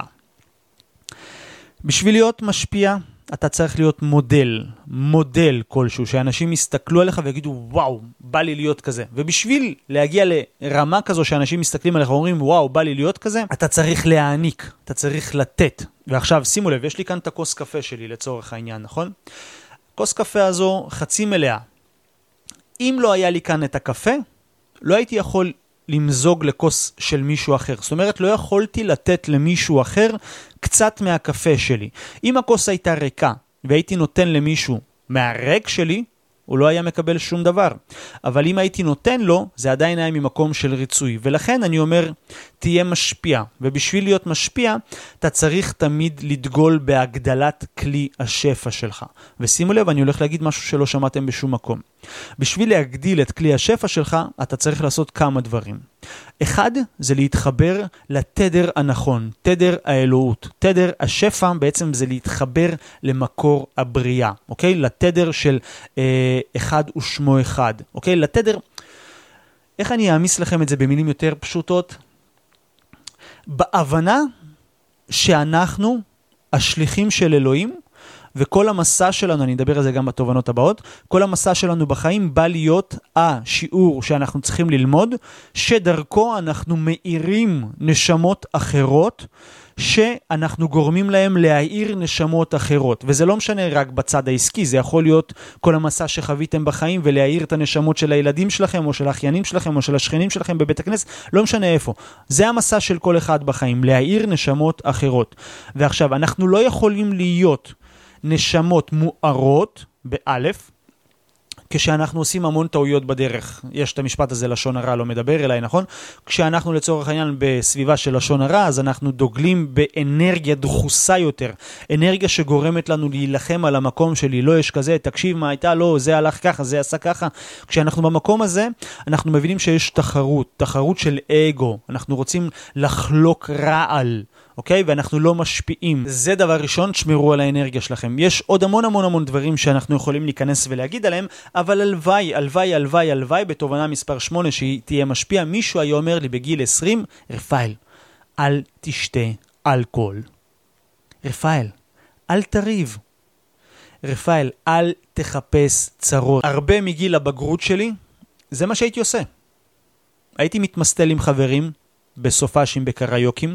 בשביל להיות משפיע, אתה צריך להיות מודל כלשהו, שאנשים יסתכלו עליך ויגידו, וואו, בא לי להיות כזה. ובשביל להגיע לרמה כזו שאנשים מסתכלים עליך ואומרים, וואו, בא לי להיות כזה, אתה צריך להעניק, אתה צריך לתת. ועכשיו, שימו לב, יש לי כאן את הכוס קפה שלי לצורך העניין, נכון? כוס קפה הזו חצי מלאה. אם לא היה לי כאן את הקפה, לא הייתי יכול למזוג לכוס של מישהו אחר. זאת אומרת, לא יכולתי לתת למישהו אחר קצת מהקפה שלי. אם הכוס הייתה ריקה והייתי נותן למישהו מהריק שלי, הוא לא היה מקבל שום דבר. אבל אם הייתי נותן לו, זה עדיין היה ממקום של ריצוי. ולכן אני אומר, תהיה משפיע. ובשביל להיות משפיע, אתה צריך תמיד לדגול בהגדלת כלי השפע שלך. ושימו לב, אני הולך להגיד משהו שלא שמעתם בשום מקום. בשביל להגדיל את כלי השפע שלך, אתה צריך לעשות כמה דברים. אחד, זה להתחבר לתדר הנכון, תדר האלוהות. תדר השפע בעצם זה להתחבר למקור הבריאה, אוקיי? לתדר של אחד ושמו אחד, אוקיי? לתדר, איך אני אעמיס לכם את זה במילים יותר פשוטות? בהבנה שאנחנו השליחים של אלוהים, וכל המסע שלנו, אני אדבר על זה גם בתובנות הבאות, כל המסע שלנו בחיים בא להיות השיעור שאנחנו צריכים ללמוד, שדרכו אנחנו מאירים נשמות אחרות, שאנחנו גורמים להם להאיר נשמות אחרות. וזה לא משנה רק בצד העסקי, זה יכול להיות כל המסע שחוויתם בחיים, ולהאיר את הנשמות של הילדים שלכם, או של האחיינים שלכם, או של השכנים שלכם בבית הכנסת, לא משנה איפה. זה המסע של כל אחד בחיים, להאיר נשמות אחרות. ועכשיו, אנחנו לא יכולים להיות נשמות מוארות, באלף, כשאנחנו עושים המון טעויות בדרך. יש את המשפט הזה, לשון הרע לא מדבר אליי, נכון? כשאנחנו לצורך העניין בסביבה של לשון הרע, אז אנחנו דוגלים באנרגיה דחוסה יותר. אנרגיה שגורמת לנו להילחם על המקום שלי. לא יש כזה, תקשיב מה הייתה, לא, זה הלך ככה, זה עשה ככה. כשאנחנו במקום הזה, אנחנו מבינים שיש תחרות של אגו. אנחנו רוצים לחלוק רעל. אוקיי? ואנחנו לא משפיעים. זה דבר ראשון, תשמרו על האנרגיה שלכם. יש עוד המון דברים שאנחנו יכולים להיכנס ולהגיד עליהם, אבל הלוואי, בתובנה מספר 8 שהיא תהיה משפיע. מישהו היה אומר לי בגיל 20, רפאל, אל תשתה אלכוהול. רפאל, אל תריב. רפאל, אל תחפש צרות. הרבה מגיל הבגרות שלי, זה מה שהייתי עושה. הייתי מתמסטל עם חברים, בסופשים, בקריוקים,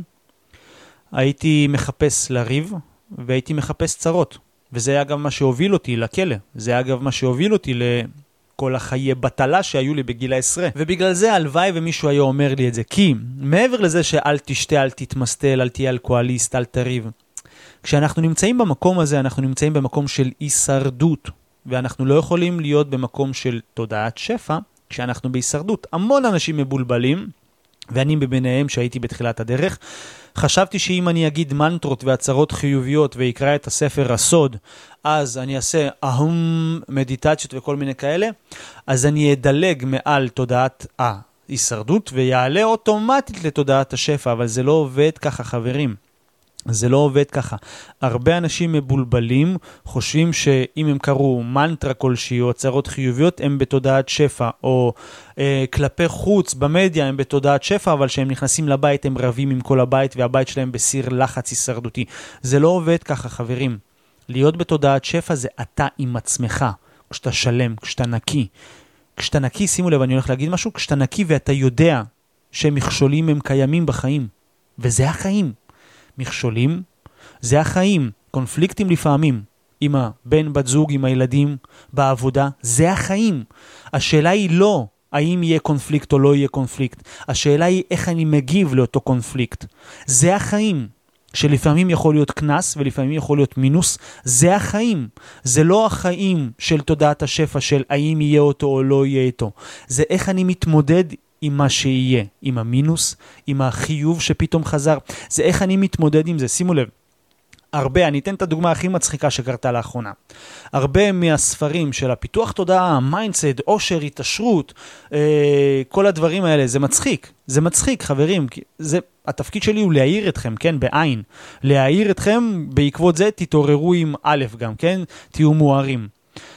הייתי מחפש לריב, והייתי מחפש צרות. וזה היה גם מה שהוביל אותי לכלא. זה היה גם מה שהוביל אותי לכל החיי בטלה שהיו לי בגיל 10. ובגלל זה הלוואי ומישהו היה אומר לי את זה. כי מעבר לזה שאל תשתה, אל תתמסטל, אל תהיה אלכוהוליסט, אל תריב. כשאנחנו נמצאים במקום הזה, אנחנו נמצאים במקום של הישרדות. ואנחנו לא יכולים להיות במקום של תודעת שפע, כשאנחנו בהישרדות. המון אנשים מבולבלים, ואני בביניהם שהייתי בתחילת הדרך, חשבתי שאם אני אגיד מנטרות והצהרות חיוביות ויקרא את הספר הסוד, אז אני אעשה מדיטציות וכל מיני כאלה, אז אני אדלג מעל תודעת הישרדות ויעלה אוטומטית לתודעת השפע, אבל זה לא עובד ככה, חברים. זה לא עובד ככה. הרבה אנשים מבולבלים, חושבים שאם הם קראו מנטרה כלשהי או הצהרות חיוביות, הם בתודעת שפע, או כלפי חוץ במדיה הם בתודעת שפע, אבל כשהם נכנסים לבית הם רבים עם כל הבית, והבית שלהם בסיר לחץ הישרדותי. זה לא עובד ככה, חברים. להיות בתודעת שפע זה אתה עם עצמך, כשאתה שלם, כשאתה נקי. כשאתה נקי, שימו לב, אני הולך להגיד משהו, כשאתה נקי ואתה יודע שמכשולים הם קיימים בחיים, וזה החיים. מכשולים, זה החיים, קונפליקטים לפעמים, עם הבן, בת זוג, עם הילדים, בעבודה, זה החיים. השאלה היא לא האם יהיה קונפליקט או לא יהיה קונפליקט, השאלה היא איך אני מגיב לאותו קונפליקט. זה החיים, שלפעמים יכול להיות כנס ולפעמים יכול להיות מינוס, זה החיים. זה לא החיים של תודעת השפע של האם יהיה אותו או לא יהיה אותו. זה איך אני מתמודד עם מה שיהיה, עם המינוס, עם החיוב שפתאום חזר. זה איך אני מתמודד עם זה. שימו לב, הרבה, אני אתן את הדוגמה הכי מצחיקה שקרתה לאחרונה. הרבה מהספרים של הפיתוח תודעה, מיינדסט, עושר, התעשרות, כל הדברים האלה, זה מצחיק. זה מצחיק, חברים. התפקיד שלי הוא להעיר אתכם, כן, בעין. להעיר אתכם, בעקבות זה תתעוררו עם א' גם, כן? תהיו מוארים.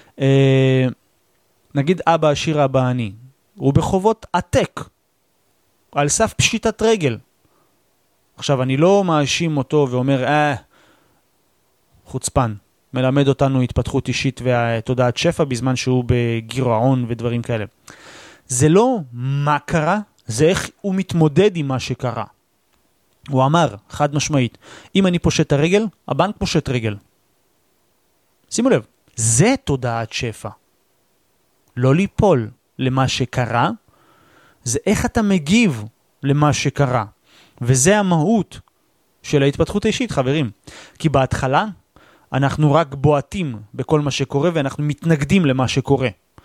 נגיד אבא עשיר אבא עני. הוא בחובות עתק, על סף פשיטת רגל. עכשיו, אני לא מאשים אותו ואומר, חוצפן, מלמד אותנו התפתחות אישית ותודעת שפע בזמן שהוא בגירעון ודברים כאלה. זה לא מה קרה, זה איך הוא מתמודד עם מה שקרה. הוא אמר, חד משמעית, אם אני פושט את הרגל, הבנק פושט רגל. שימו לב, זה תודעת שפע. לא ליפול למה שקרה, זה איך אתה מגיב למה שקרה. וזה המהות של ההתפתחות האישית, חברים. כי בהתחלה אנחנו רק בועטים בכל מה שקורה, ואנחנו מתנגדים למה שקורה.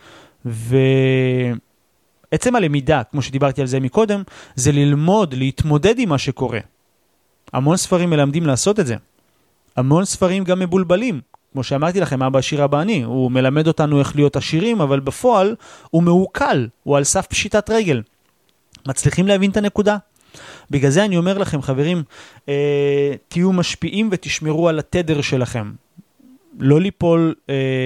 ועצם הלמידה, כמו שדיברתי על זה מקודם, זה ללמוד, להתמודד עם מה שקורה. המון ספרים מלמדים לעשות את זה. המון ספרים גם מבולבלים. כמו שאמרתי לכם, אבא עשיר אבא עני, הוא מלמד אותנו איך להיות עשירים, אבל בפועל הוא מעוקל, הוא על סף פשיטת רגל. מצליחים להבין את הנקודה? בגלל זה אני אומר לכם, חברים, תהיו משפיעים ותשמרו על התדר שלכם. לא ליפול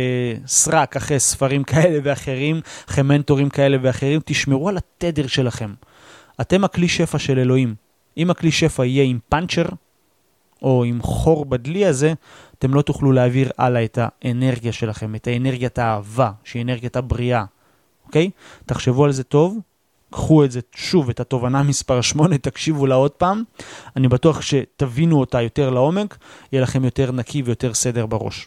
סרק אחרי ספרים כאלה ואחרים, אחרי מנטורים כאלה ואחרים, תשמרו על התדר שלכם. אתם הכלי שפע של אלוהים. אם הכלי שפע יהיה עם פאנצ'ר, או עם חור בדלי הזה, אתם לא תוכלו להעביר הלאה את האנרגיה שלכם, את האנרגיית האהבה, שהיא אנרגיית הבריאה. אוקיי? תחשבו על זה טוב, קחו את זה שוב, את התובנה מספר 8, תקשיבו לה עוד פעם. אני בטוח שתבינו אותה יותר לעומק, יהיה לכם יותר נקי ויותר סדר בראש.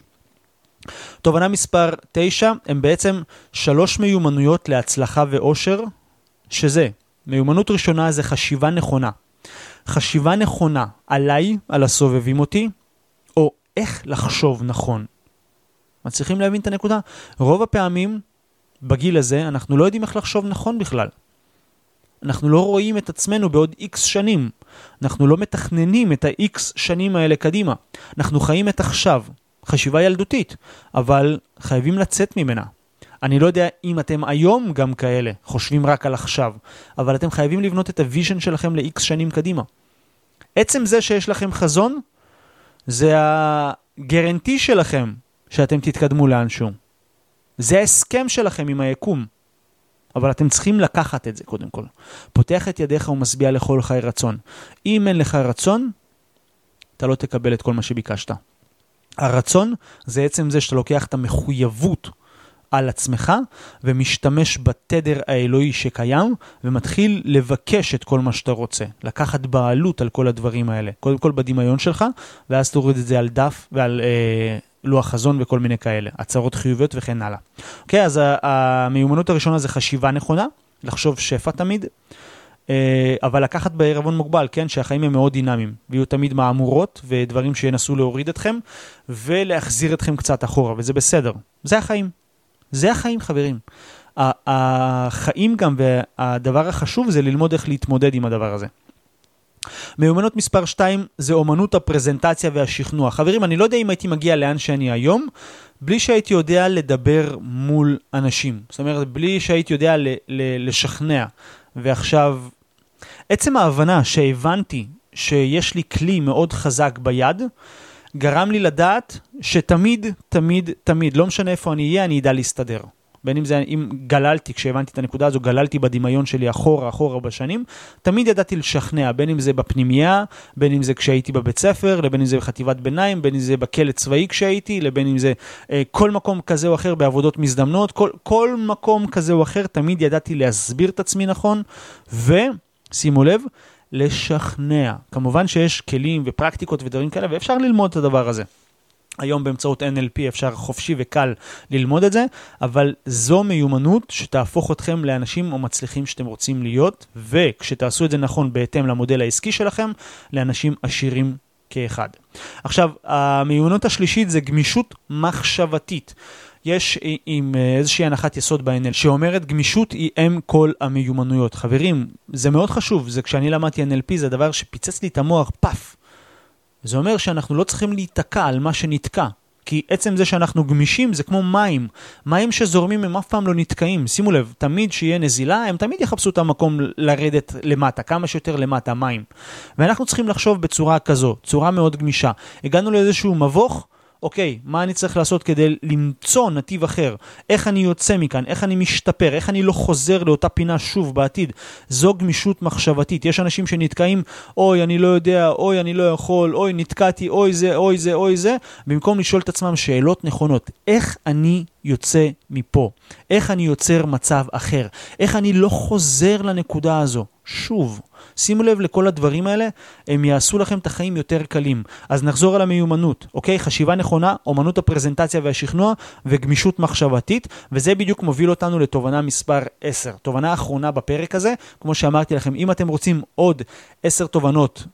תובנה מספר 9, הם בעצם 3 מיומנויות להצלחה ואושר, שזה, מיומנות ראשונה זה חשיבה נכונה. חשיבה נכונה עליי, על הסובבים אותי, או איך לחשוב נכון. מצליחים להבין את הנקודה? רוב הפעמים בגיל הזה אנחנו לא יודעים איך לחשוב נכון בכלל. אנחנו לא רואים את עצמנו בעוד X שנים. אנחנו לא מתכננים את ה-X שנים האלה קדימה. אנחנו חיים את עכשיו. חשיבה ילדותית, אבל חייבים לצאת ממנה. אני לא יודע אם אתם היום גם כאלה, חושבים רק על עכשיו, אבל אתם חייבים לבנות את הוויז'ן שלכם ל-X שנים קדימה. עצם זה שיש לכם חזון, זה הגרנטי שלכם שאתם תתקדמו לאנשהו. זה ההסכם שלכם עם היקום. אבל אתם צריכים לקחת את זה קודם כל. פותח את ידיך ומשביע לכל חי רצון. אם אין לך רצון, אתה לא תקבל את כל מה שביקשת. הרצון זה עצם זה שאתה לוקח את המחויבות על עצמך, ומשתמש בתדר האלוהי שקיים, ומתחיל לבקש את כל מה שאתה רוצה. לקחת בעלות על כל הדברים האלה. קודם כל בדמיון שלך, ואז תוריד את זה על דף ועל לוח חזון וכל מיני כאלה. הצהרות חיוביות וכן הלאה. אוקיי, אז המיומנות הראשונה זה חשיבה נכונה, לחשוב שפע תמיד, אבל לקחת בערבון מוגבל, כן, שהחיים הם מאוד דינמיים, ויהיו תמיד מאמורות ודברים שינסו להוריד אתכם, ולהחזיר אתכם קצת אחורה, וזה בסדר. זה החיים. זה החיים, חברים. החיים גם, והדבר החשוב זה ללמוד איך להתמודד עם הדבר הזה. מיומנות מספר 2 זה אומנות הפרזנטציה והשכנוע. חברים, אני לא יודע אם הייתי מגיע לאן שאני היום, בלי שהייתי יודע לדבר מול אנשים. זאת אומרת, בלי שהייתי יודע לשכנע. ועכשיו, עצם ההבנה שהבנתי שיש לי כלי מאוד חזק ביד, גרם לי לדעת שתמיד, תמיד, תמיד, לא משנה איפה אני אהיה, אני ידע להסתדר. בין אם זה, אם גללתי, כשהבנתי את הנקודה הזו, גללתי בדמיון שלי אחורה בשנים, תמיד ידעתי לשכנע, בין אם זה בפנימייה, בין אם זה כשהייתי בבית ספר, לבין אם זה בחטיבת ביניים, בין אם זה בכלא צבאי כשהייתי, לבין אם זה כל מקום כזה או אחר בעבודות מזדמנות, כל מקום כזה או אחר, תמיד ידעתי להסביר את עצמי נכון, ושימו לב, לשכנע. כמובן שיש כלים ופרקטיקות ודברים כאלה, ואפשר ללמוד את הדבר הזה. היום באמצעות NLP אפשר חופשי וקל ללמוד את זה, אבל זו מיומנות שתהפוך אתכם לאנשים או מצליחים שאתם רוצים להיות, וכשתעשו את זה נכון בהתאם למודל העסקי שלכם, לאנשים עשירים כאחד. עכשיו, המיומנות השלישית זה גמישות מחשבתית. יש עם איזושהי הנחת יסוד ב-NLP שאומרת גמישות היא אם כל המיומנויות. חברים, זה מאוד חשוב, זה כשאני למדתי NLP זה הדבר שפיצץ לי את המוח, פף. זה אומר שאנחנו לא צריכים להתקע על מה שנתקע, כי עצם זה שאנחנו גמישים זה כמו מים. מים שזורמים הם אף פעם לא נתקעים. שימו לב, תמיד שיהיה נזילה, הם תמיד יחפשו את המקום לרדת למטה, כמה שיותר למטה, מים. ואנחנו צריכים לחשוב בצורה כזו, צורה מאוד גמישה. הגענו לאיזשהו מבוך, אוקיי, מה אני צריך לעשות כדי למצוא נתיב אחר? איך אני יוצא מכאן? איך אני משתפר? איך אני לא חוזר לאותה פינה שוב בעתיד? זו גמישות מחשבתית. יש אנשים שנתקעים, אוי, אני לא יודע, אוי, אני לא יכול, אוי, נתקעתי, אוי זה, אוי זה, אוי זה, במקום לשאול את עצמם שאלות נכונות. איך אני יוצא מפה? איך אני יוצר מצב אחר? איך אני לא חוזר לנקודה הזו? שוב. שימו לב לכל הדברים האלה, הם יעשו לכם את החיים יותר קלים. אז נחזור על המיומנות, אוקיי? חשיבה נכונה, אומנות הפרזנטציה והשכנוע וגמישות מחשבתית, וזה בדיוק מוביל אותנו לתובנה מספר 10. תובנה אחרונה בפרק הזה, כמו שאמרתי לכם, אם אתם רוצים עוד 10 תובנות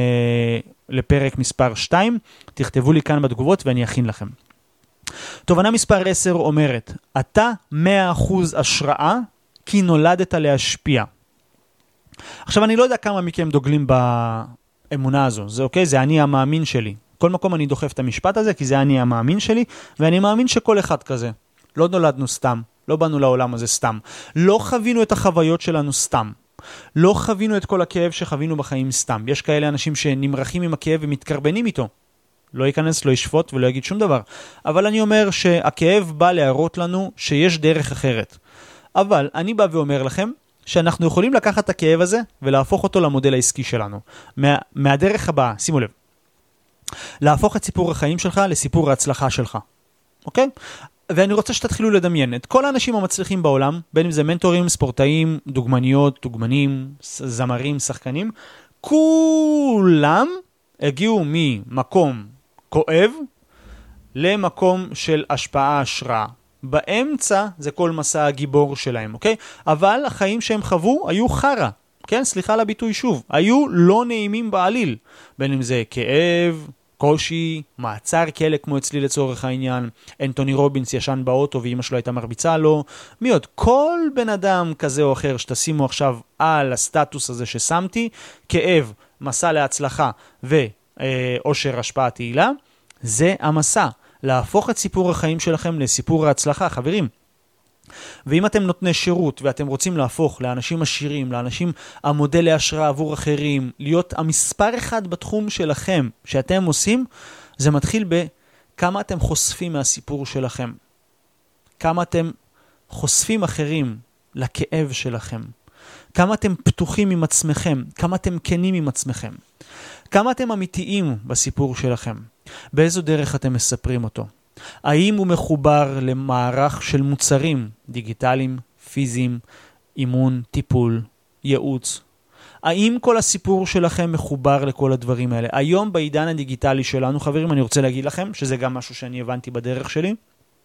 לפרק מספר 2, תכתבו לי כאן בתגובות ואני אכין לכם. תובנה מספר 10 אומרת, אתה 100% השראה כי נולדת להשפיע. עכשיו אני לא יודע כמה מכם דוגלים באמונה הזו, זה אוקיי? זה אני המאמין שלי. כל מקום אני דוחף את המשפט הזה כי זה אני המאמין שלי, ואני מאמין שכל אחד כזה. לא נולדנו סתם, לא באנו לעולם הזה סתם. לא חווינו את החוויות שלנו סתם. לא חווינו את כל הכאב שחווינו בחיים סתם. יש כאלה אנשים שנמרחים עם הכאב ומתקרבנים איתו. לא ייכנס, לא ישפוט ולא יגיד שום דבר. אבל אני אומר שהכאב בא להראות לנו שיש דרך אחרת. אבל אני בא ואומר לכם, שאנחנו יכולים לקחת את הכאב הזה ולהפוך אותו למודל העסקי שלנו. מהדרך הבאה, שימו לב. להפוך את סיפור החיים שלך לסיפור ההצלחה שלך. אוקיי? ואני רוצה שתתחילו לדמיין את כל האנשים המצליחים בעולם, בין אם זה מנטורים, ספורטאים, דוגמניות, דוגמנים, זמרים, שחקנים, כולם הגיעו ממקום כואב למקום של השפעה, השראה. באמצע זה כל מסע הגיבור שלהם, אוקיי? אבל החיים שהם חוו היו חרה, כן? סליחה על הביטוי שוב. היו לא נעימים בעליל. בין אם זה כאב, קושי, מעצר כלא כמו אצלי לצורך העניין, אנטוני רובינס ישן באוטו ואמא שלו הייתה מרביצה לו. מי עוד? כל בן אדם כזה או אחר שתשימו עכשיו על הסטטוס הזה ששמתי, כאב, מסע להצלחה ואושר השפעה תהילה, זה המסע. להפוך את סיפור החיים שלכם לסיפור ההצלחה, חברים. ואם אתם נותני שירות ואתם רוצים להפוך לאנשים עשירים, לאנשים המודל להשראה עבור אחרים, להיות המספר אחד בתחום שלכם שאתם עושים, זה מתחיל בכמה אתם חושפים מהסיפור שלכם. כמה אתם חושפים אחרים לכאב שלכם. כמה אתם פתוחים עם עצמכם, כמה אתם כנים עם עצמכם. כמה אתם אמיתיים בסיפור שלכם. באיזו דרך אתם מספרים אותו? האם הוא מחובר למערך של מוצרים דיגיטליים, פיזיים, אימון, טיפול, ייעוץ? האם כל הסיפור שלכם מחובר לכל הדברים האלה? היום בעידן הדיגיטלי שלנו, חברים, אני רוצה להגיד לכם שזה גם משהו שאני הבנתי בדרך שלי.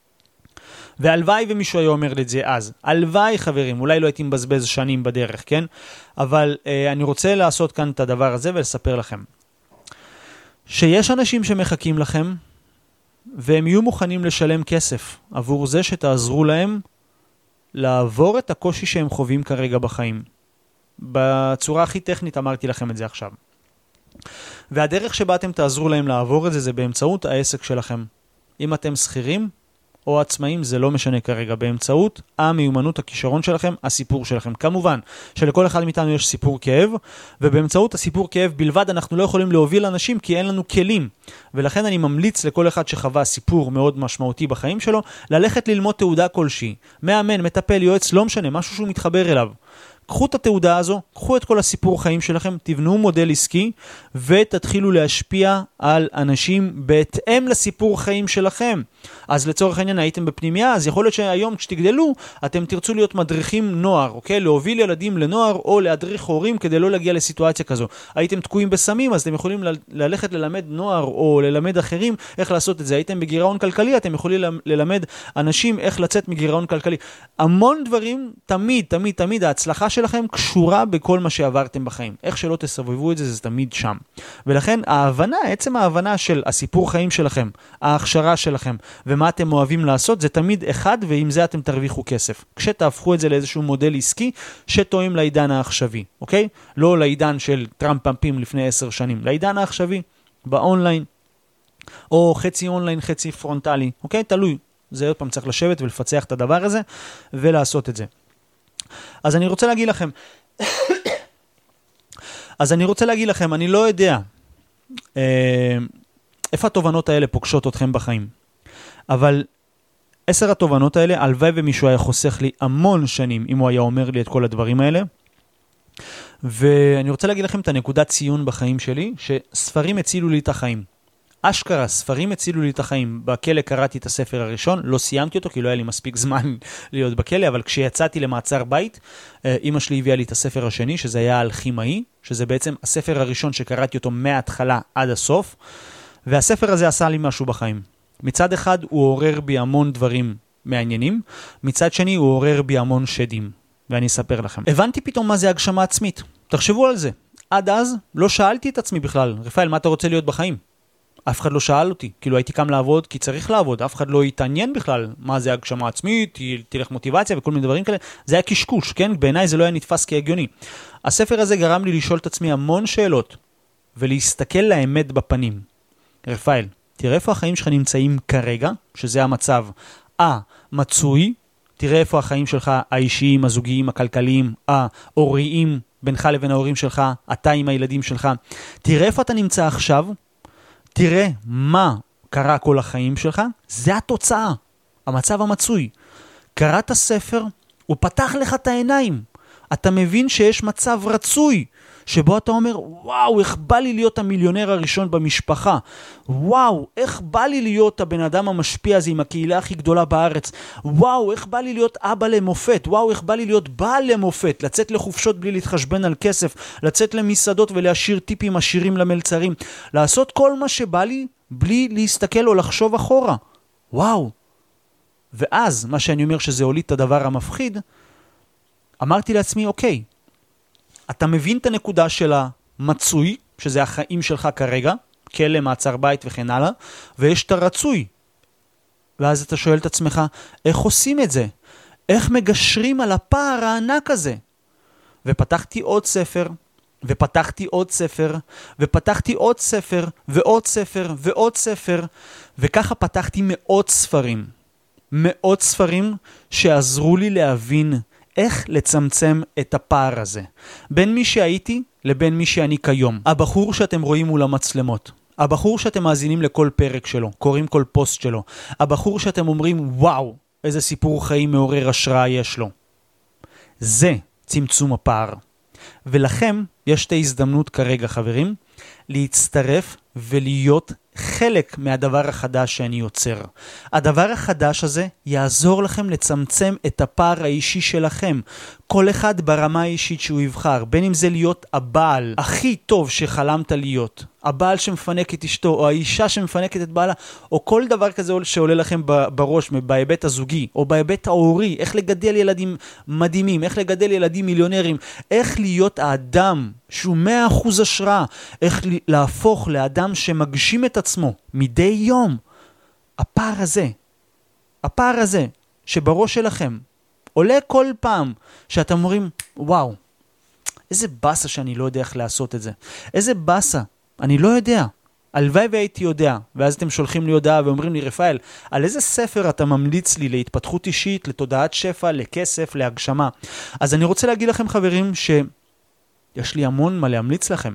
והלוואי ומישהו היה אומר לי את זה אז. הלוואי, חברים, אולי לא הייתי מבזבז שנים בדרך, כן? אבל אני רוצה לעשות כאן את הדבר הזה ולספר לכם. שיש אנשים שמחכים לכם, והם יהיו מוכנים לשלם כסף עבור זה שתעזרו להם לעבור את הקושי שהם חווים כרגע בחיים. בצורה הכי טכנית אמרתי לכם את זה עכשיו. והדרך שבה אתם תעזרו להם לעבור את זה, זה באמצעות העסק שלכם. אם אתם שכירים, או עצמאים, זה לא משנה כרגע, באמצעות המיומנות, הכישרון שלכם, הסיפור שלכם. כמובן שלכל אחד מאיתנו יש סיפור כאב, ובאמצעות הסיפור כאב בלבד אנחנו לא יכולים להוביל אנשים כי אין לנו כלים. ולכן אני ממליץ לכל אחד שחווה סיפור מאוד משמעותי בחיים שלו, ללכת ללמוד תעודה כלשהי. מאמן, מטפל, יועץ, לא משנה, משהו שהוא מתחבר אליו. קחו את התעודה הזו, קחו את כל הסיפור חיים שלכם, תבנו מודל עסקי ותתחילו להשפיע על אנשים בהתאם לסיפור חיים שלכם. אז לצורך העניין הייתם בפנימיה, אז יכול להיות שהיום כשתגדלו אתם תרצו להיות מדריכים נוער, אוקיי? להוביל ילדים לנוער או להדריך הורים כדי לא להגיע לסיטואציה כזו. הייתם תקועים בסמים, אז אתם יכולים ללכת ללמד נוער או ללמד אחרים איך לעשות את זה. הייתם בגירעון כלכלי, אתם יכולים ללמד אנשים איך לצאת מגירעון כלכלי. המון דברים, תמיד ההצלחה שלכם קשורה בכל מה שעברתם בחיים. איך שלא תסובבו את זה, זה תמיד שם. ולכן עצם ההבנה של הסיפור חיים שלכם, ההכשרה שלכם, ומה אתם אוהבים לעשות, זה תמיד אחד, ועם זה אתם תרוויחו כסף. כשתהפכו את זה לאיזשהו מודל עסקי, שתואם לעידן העכשווי, אוקיי? לא לעידן של טראמפ פמפים לפני 10 שנים, לעידן העכשווי, באונליין, או חצי אונליין, חצי פרונטלי, אוקיי? תלוי. זה עוד פעם צריך לשבת ולפצח את הדבר הזה, ולעשות את זה. אז אני רוצה להגיד לכם, אני לא יודע איפה התובנות האלה פוגשות אתכם בחיים. אבל 10 התובנות האלה, הלוואי ומישהו היה חוסך לי המון שנים אם הוא היה אומר לי את כל הדברים האלה. ואני רוצה להגיד לכם את הנקודת ציון בחיים שלי, שספרים הצילו לי את החיים. אשכרה, ספרים הצילו לי את החיים. בכלא קראתי את הספר הראשון, לא סיימתי אותו כי לא היה לי מספיק זמן להיות בכלא, אבל כשיצאתי למעצר בית, אמא שלי הביאה לי את הספר השני, שזה היה אלכימאי, שזה בעצם הספר הראשון שקראתי אותו מההתחלה עד הסוף, והספר הזה עשה לי משהו בחיים. מצד אחד הוא עורר בי המון דברים מעניינים, מצד שני הוא עורר בי המון שדים, ואני אספר לכם. הבנתי פתאום מה זה הגשמה עצמית. תחשבו על זה. עד אז לא שאלתי את עצמי בכלל, רפאל, מה אתה רוצה להיות בחיים? אף אחד לא שאל אותי, כאילו הייתי קם לעבוד כי צריך לעבוד, אף אחד לא התעניין בכלל מה זה הגשמה עצמית, תלך מוטיבציה וכל מיני דברים כאלה, זה היה קשקוש, כן? בעיניי זה לא היה נתפס כהגיוני. הספר הזה גרם לי לשאול את עצמי המון שאלות, ולהסתכל לאמת בפנים. רפאל, תראה איפה החיים שלך נמצאים כרגע, שזה המצב מצוי, תראה איפה החיים שלך האישיים, הזוגיים, הכלכליים, ההוריים, בינך לבין ההורים שלך, אתה עם הילדים שלך, תראה איפה אתה נמצא עכשיו, תראה מה קרה כל החיים שלך, זה התוצאה, המצב המצוי. קראת ספר, הוא פתח לך את העיניים. אתה מבין שיש מצב רצוי, שבו אתה אומר, וואו, איך בא לי להיות המיליונר הראשון במשפחה. וואו, איך בא לי להיות הבן אדם המשפיע הזה עם הקהילה הכי גדולה בארץ. וואו, איך בא לי להיות אבא למופת. וואו, איך בא לי להיות בעל למופת. לצאת לחופשות בלי להתחשבן על כסף. לצאת למסעדות ולהשאיר טיפים עשירים למלצרים. לעשות כל מה שבא לי בלי להסתכל או לחשוב אחורה. וואו. ואז, מה שאני אומר שזה הוליד את הדבר המפחיד, אמרתי לעצמי, אוקיי, אתה מבין את הנקודה של המצוי, שזה החיים שלך כרגע, כלא, מעצר בית וכן הלאה, ויש את הרצוי. ואז אתה שואל את עצמך, איך עושים את זה? איך מגשרים על הפער הענק הזה? ופתחתי עוד ספר, ופתחתי עוד ספר, ופתחתי עוד ספר, ועוד ספר, ועוד ספר, וככה פתחתי מאות ספרים שעזרו לי להבין איך לצמצם את הפער הזה. בין מי שהייתי לבין מי שאני כיום. הבחור שאתם רואים מול המצלמות. הבחור שאתם מאזינים לכל פרק שלו, קוראים כל פוסט שלו. הבחור שאתם אומרים, וואו, איזה סיפור חיים מעורר השראה יש לו. זה צמצום הפער. ולכם יש את ההזדמנות כרגע, חברים, להצטרף ולהיות חלק מהדבר החדש שאני יוצר. הדבר החדש הזה יעזור לכם לצמצם את הפער האישי שלכם. כל אחד ברמה האישית שהוא יבחר, בין אם זה להיות הבעל הכי טוב שחלמת להיות, הבעל שמפנק את אשתו, או האישה שמפנקת את בעלה, או כל דבר כזה שעולה לכם בראש, בהיבט הזוגי, או בהיבט ההורי, איך לגדל ילדים מדהימים, איך לגדל ילדים מיליונרים, איך להיות האדם שהוא 100% השראה, איך להפוך לאדם שמגשים את עצמו מדי יום. הפער הזה שבראש שלכם עולה כל פעם שאתם אומרים, וואו, איזה בסה שאני לא יודע איך לעשות את זה. איזה בסה, אני לא יודע. הלוואי והייתי יודע, ואז אתם שולחים לי הודעה ואומרים לי, רפאל, על איזה ספר אתה ממליץ לי להתפתחות אישית, לתודעת שפע, לכסף, להגשמה? אז אני רוצה להגיד לכם, חברים, שיש לי המון מה להמליץ לכם.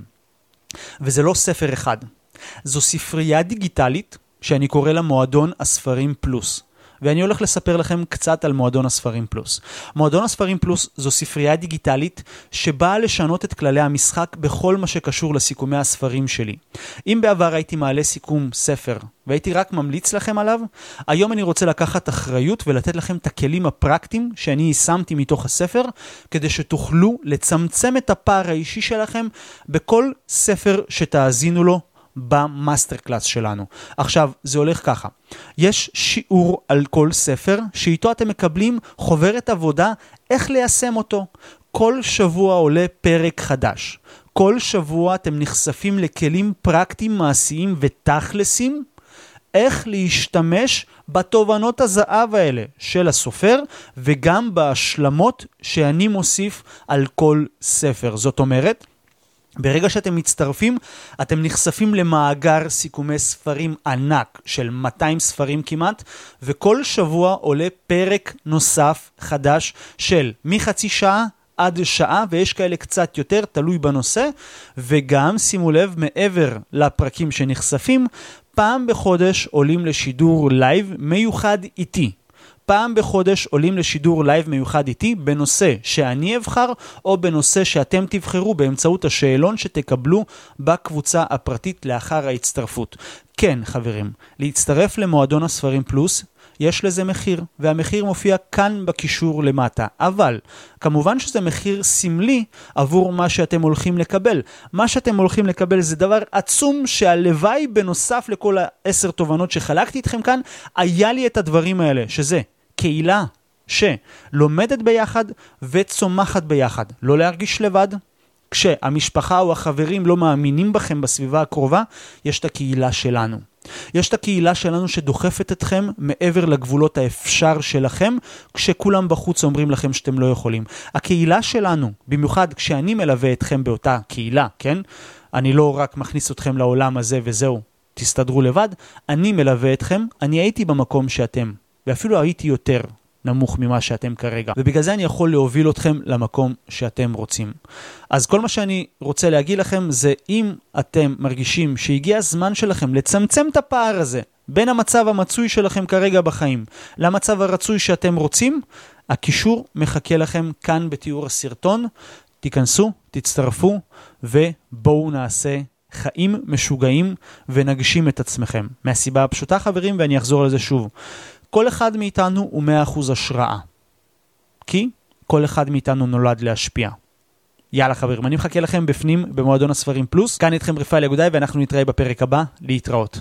וזה לא ספר אחד. זו ספרייה דיגיטלית שאני קורא לה מועדון הספרים פלוס. ואני הולך לספר לכם קצת על מועדון הספרים פלוס. מועדון הספרים פלוס זו ספרייה דיגיטלית שבאה לשנות את כללי המשחק בכל מה שקשור לסיכומי הספרים שלי. אם בעבר הייתי מעלה סיכום ספר והייתי רק ממליץ לכם עליו, היום אני רוצה לקחת אחריות ולתת לכם את הכלים הפרקטיים שאני יישמתי מתוך הספר, כדי שתוכלו לצמצם את הפער האישי שלכם בכל ספר שתאזינו לו במאסטר קלאס שלנו. עכשיו, זה הולך ככה. יש שיעור על כל ספר, שאיתו אתם מקבלים חוברת עבודה, איך ליישם אותו. כל שבוע עולה פרק חדש. כל שבוע אתם נחשפים לכלים פרקטיים, מעשיים ותכלסים, איך להשתמש בתובנות הזהב האלה של הסופר, וגם בהשלמות שאני מוסיף על כל ספר. זאת אומרת, ברגע שאתם מצטרפים, אתם נחשפים למאגר סיכומי ספרים ענק של 200 ספרים כמעט, וכל שבוע עולה פרק נוסף חדש של מחצי שעה עד שעה, ויש כאלה קצת יותר, תלוי בנושא, וגם שימו לב, מעבר לפרקים שנחשפים, פעם בחודש עולים לשידור לייב מיוחד איתי. פעם בחודש עולים לשידור לייב מיוחד איתי בנושא שאני אבחר או בנושא שאתם תבחרו באמצעות השאלון שתקבלו בקבוצה הפרטית לאחר ההצטרפות. כן, חברים, להצטרף למועדון הספרים פלוס יש לזה מחיר, והמחיר מופיע כאן בקישור למטה. אבל כמובן שזה מחיר סמלי עבור מה שאתם הולכים לקבל. מה שאתם הולכים לקבל זה דבר עצום שהלוואי בנוסף לכל 10 תובנות שחלקתי איתכם כאן, היה לי את הדברים האלה, שזה קהילה שלומדת ביחד וצומחת ביחד. לא להרגיש לבד. כשהמשפחה או החברים לא מאמינים בכם בסביבה הקרובה, יש את הקהילה שלנו. יש את הקהילה שלנו שדוחפת אתכם מעבר לגבולות האפשר שלכם, כשכולם בחוץ אומרים לכם שאתם לא יכולים. הקהילה שלנו, במיוחד כשאני מלווה אתכם באותה קהילה, כן? אני לא רק מכניס אתכם לעולם הזה וזהו, תסתדרו לבד. אני מלווה אתכם, אני הייתי במקום שאתם, ואפילו הייתי יותר נמוך ממה שאתם כרגע. ובגלל זה אני יכול להוביל אתכם למקום שאתם רוצים. אז כל מה שאני רוצה להגיד לכם זה, אם אתם מרגישים שהגיע הזמן שלכם לצמצם את הפער הזה בין המצב המצוי שלכם כרגע בחיים למצב הרצוי שאתם רוצים, הקישור מחכה לכם כאן בתיאור הסרטון. תיכנסו, תצטרפו ובואו נעשה חיים משוגעים ונגשים את עצמכם. מהסיבה הפשוטה, חברים, ואני אחזור לזה שוב. כל אחד מאיתנו הוא 100% השראה. כי כל אחד מאיתנו נולד להשפיע. יאללה חברים, אני מחכה לכם בפנים במועדון הספרים פלוס. כאן איתכם רפאל יגודאי, ואנחנו נתראה בפרק הבא. להתראות.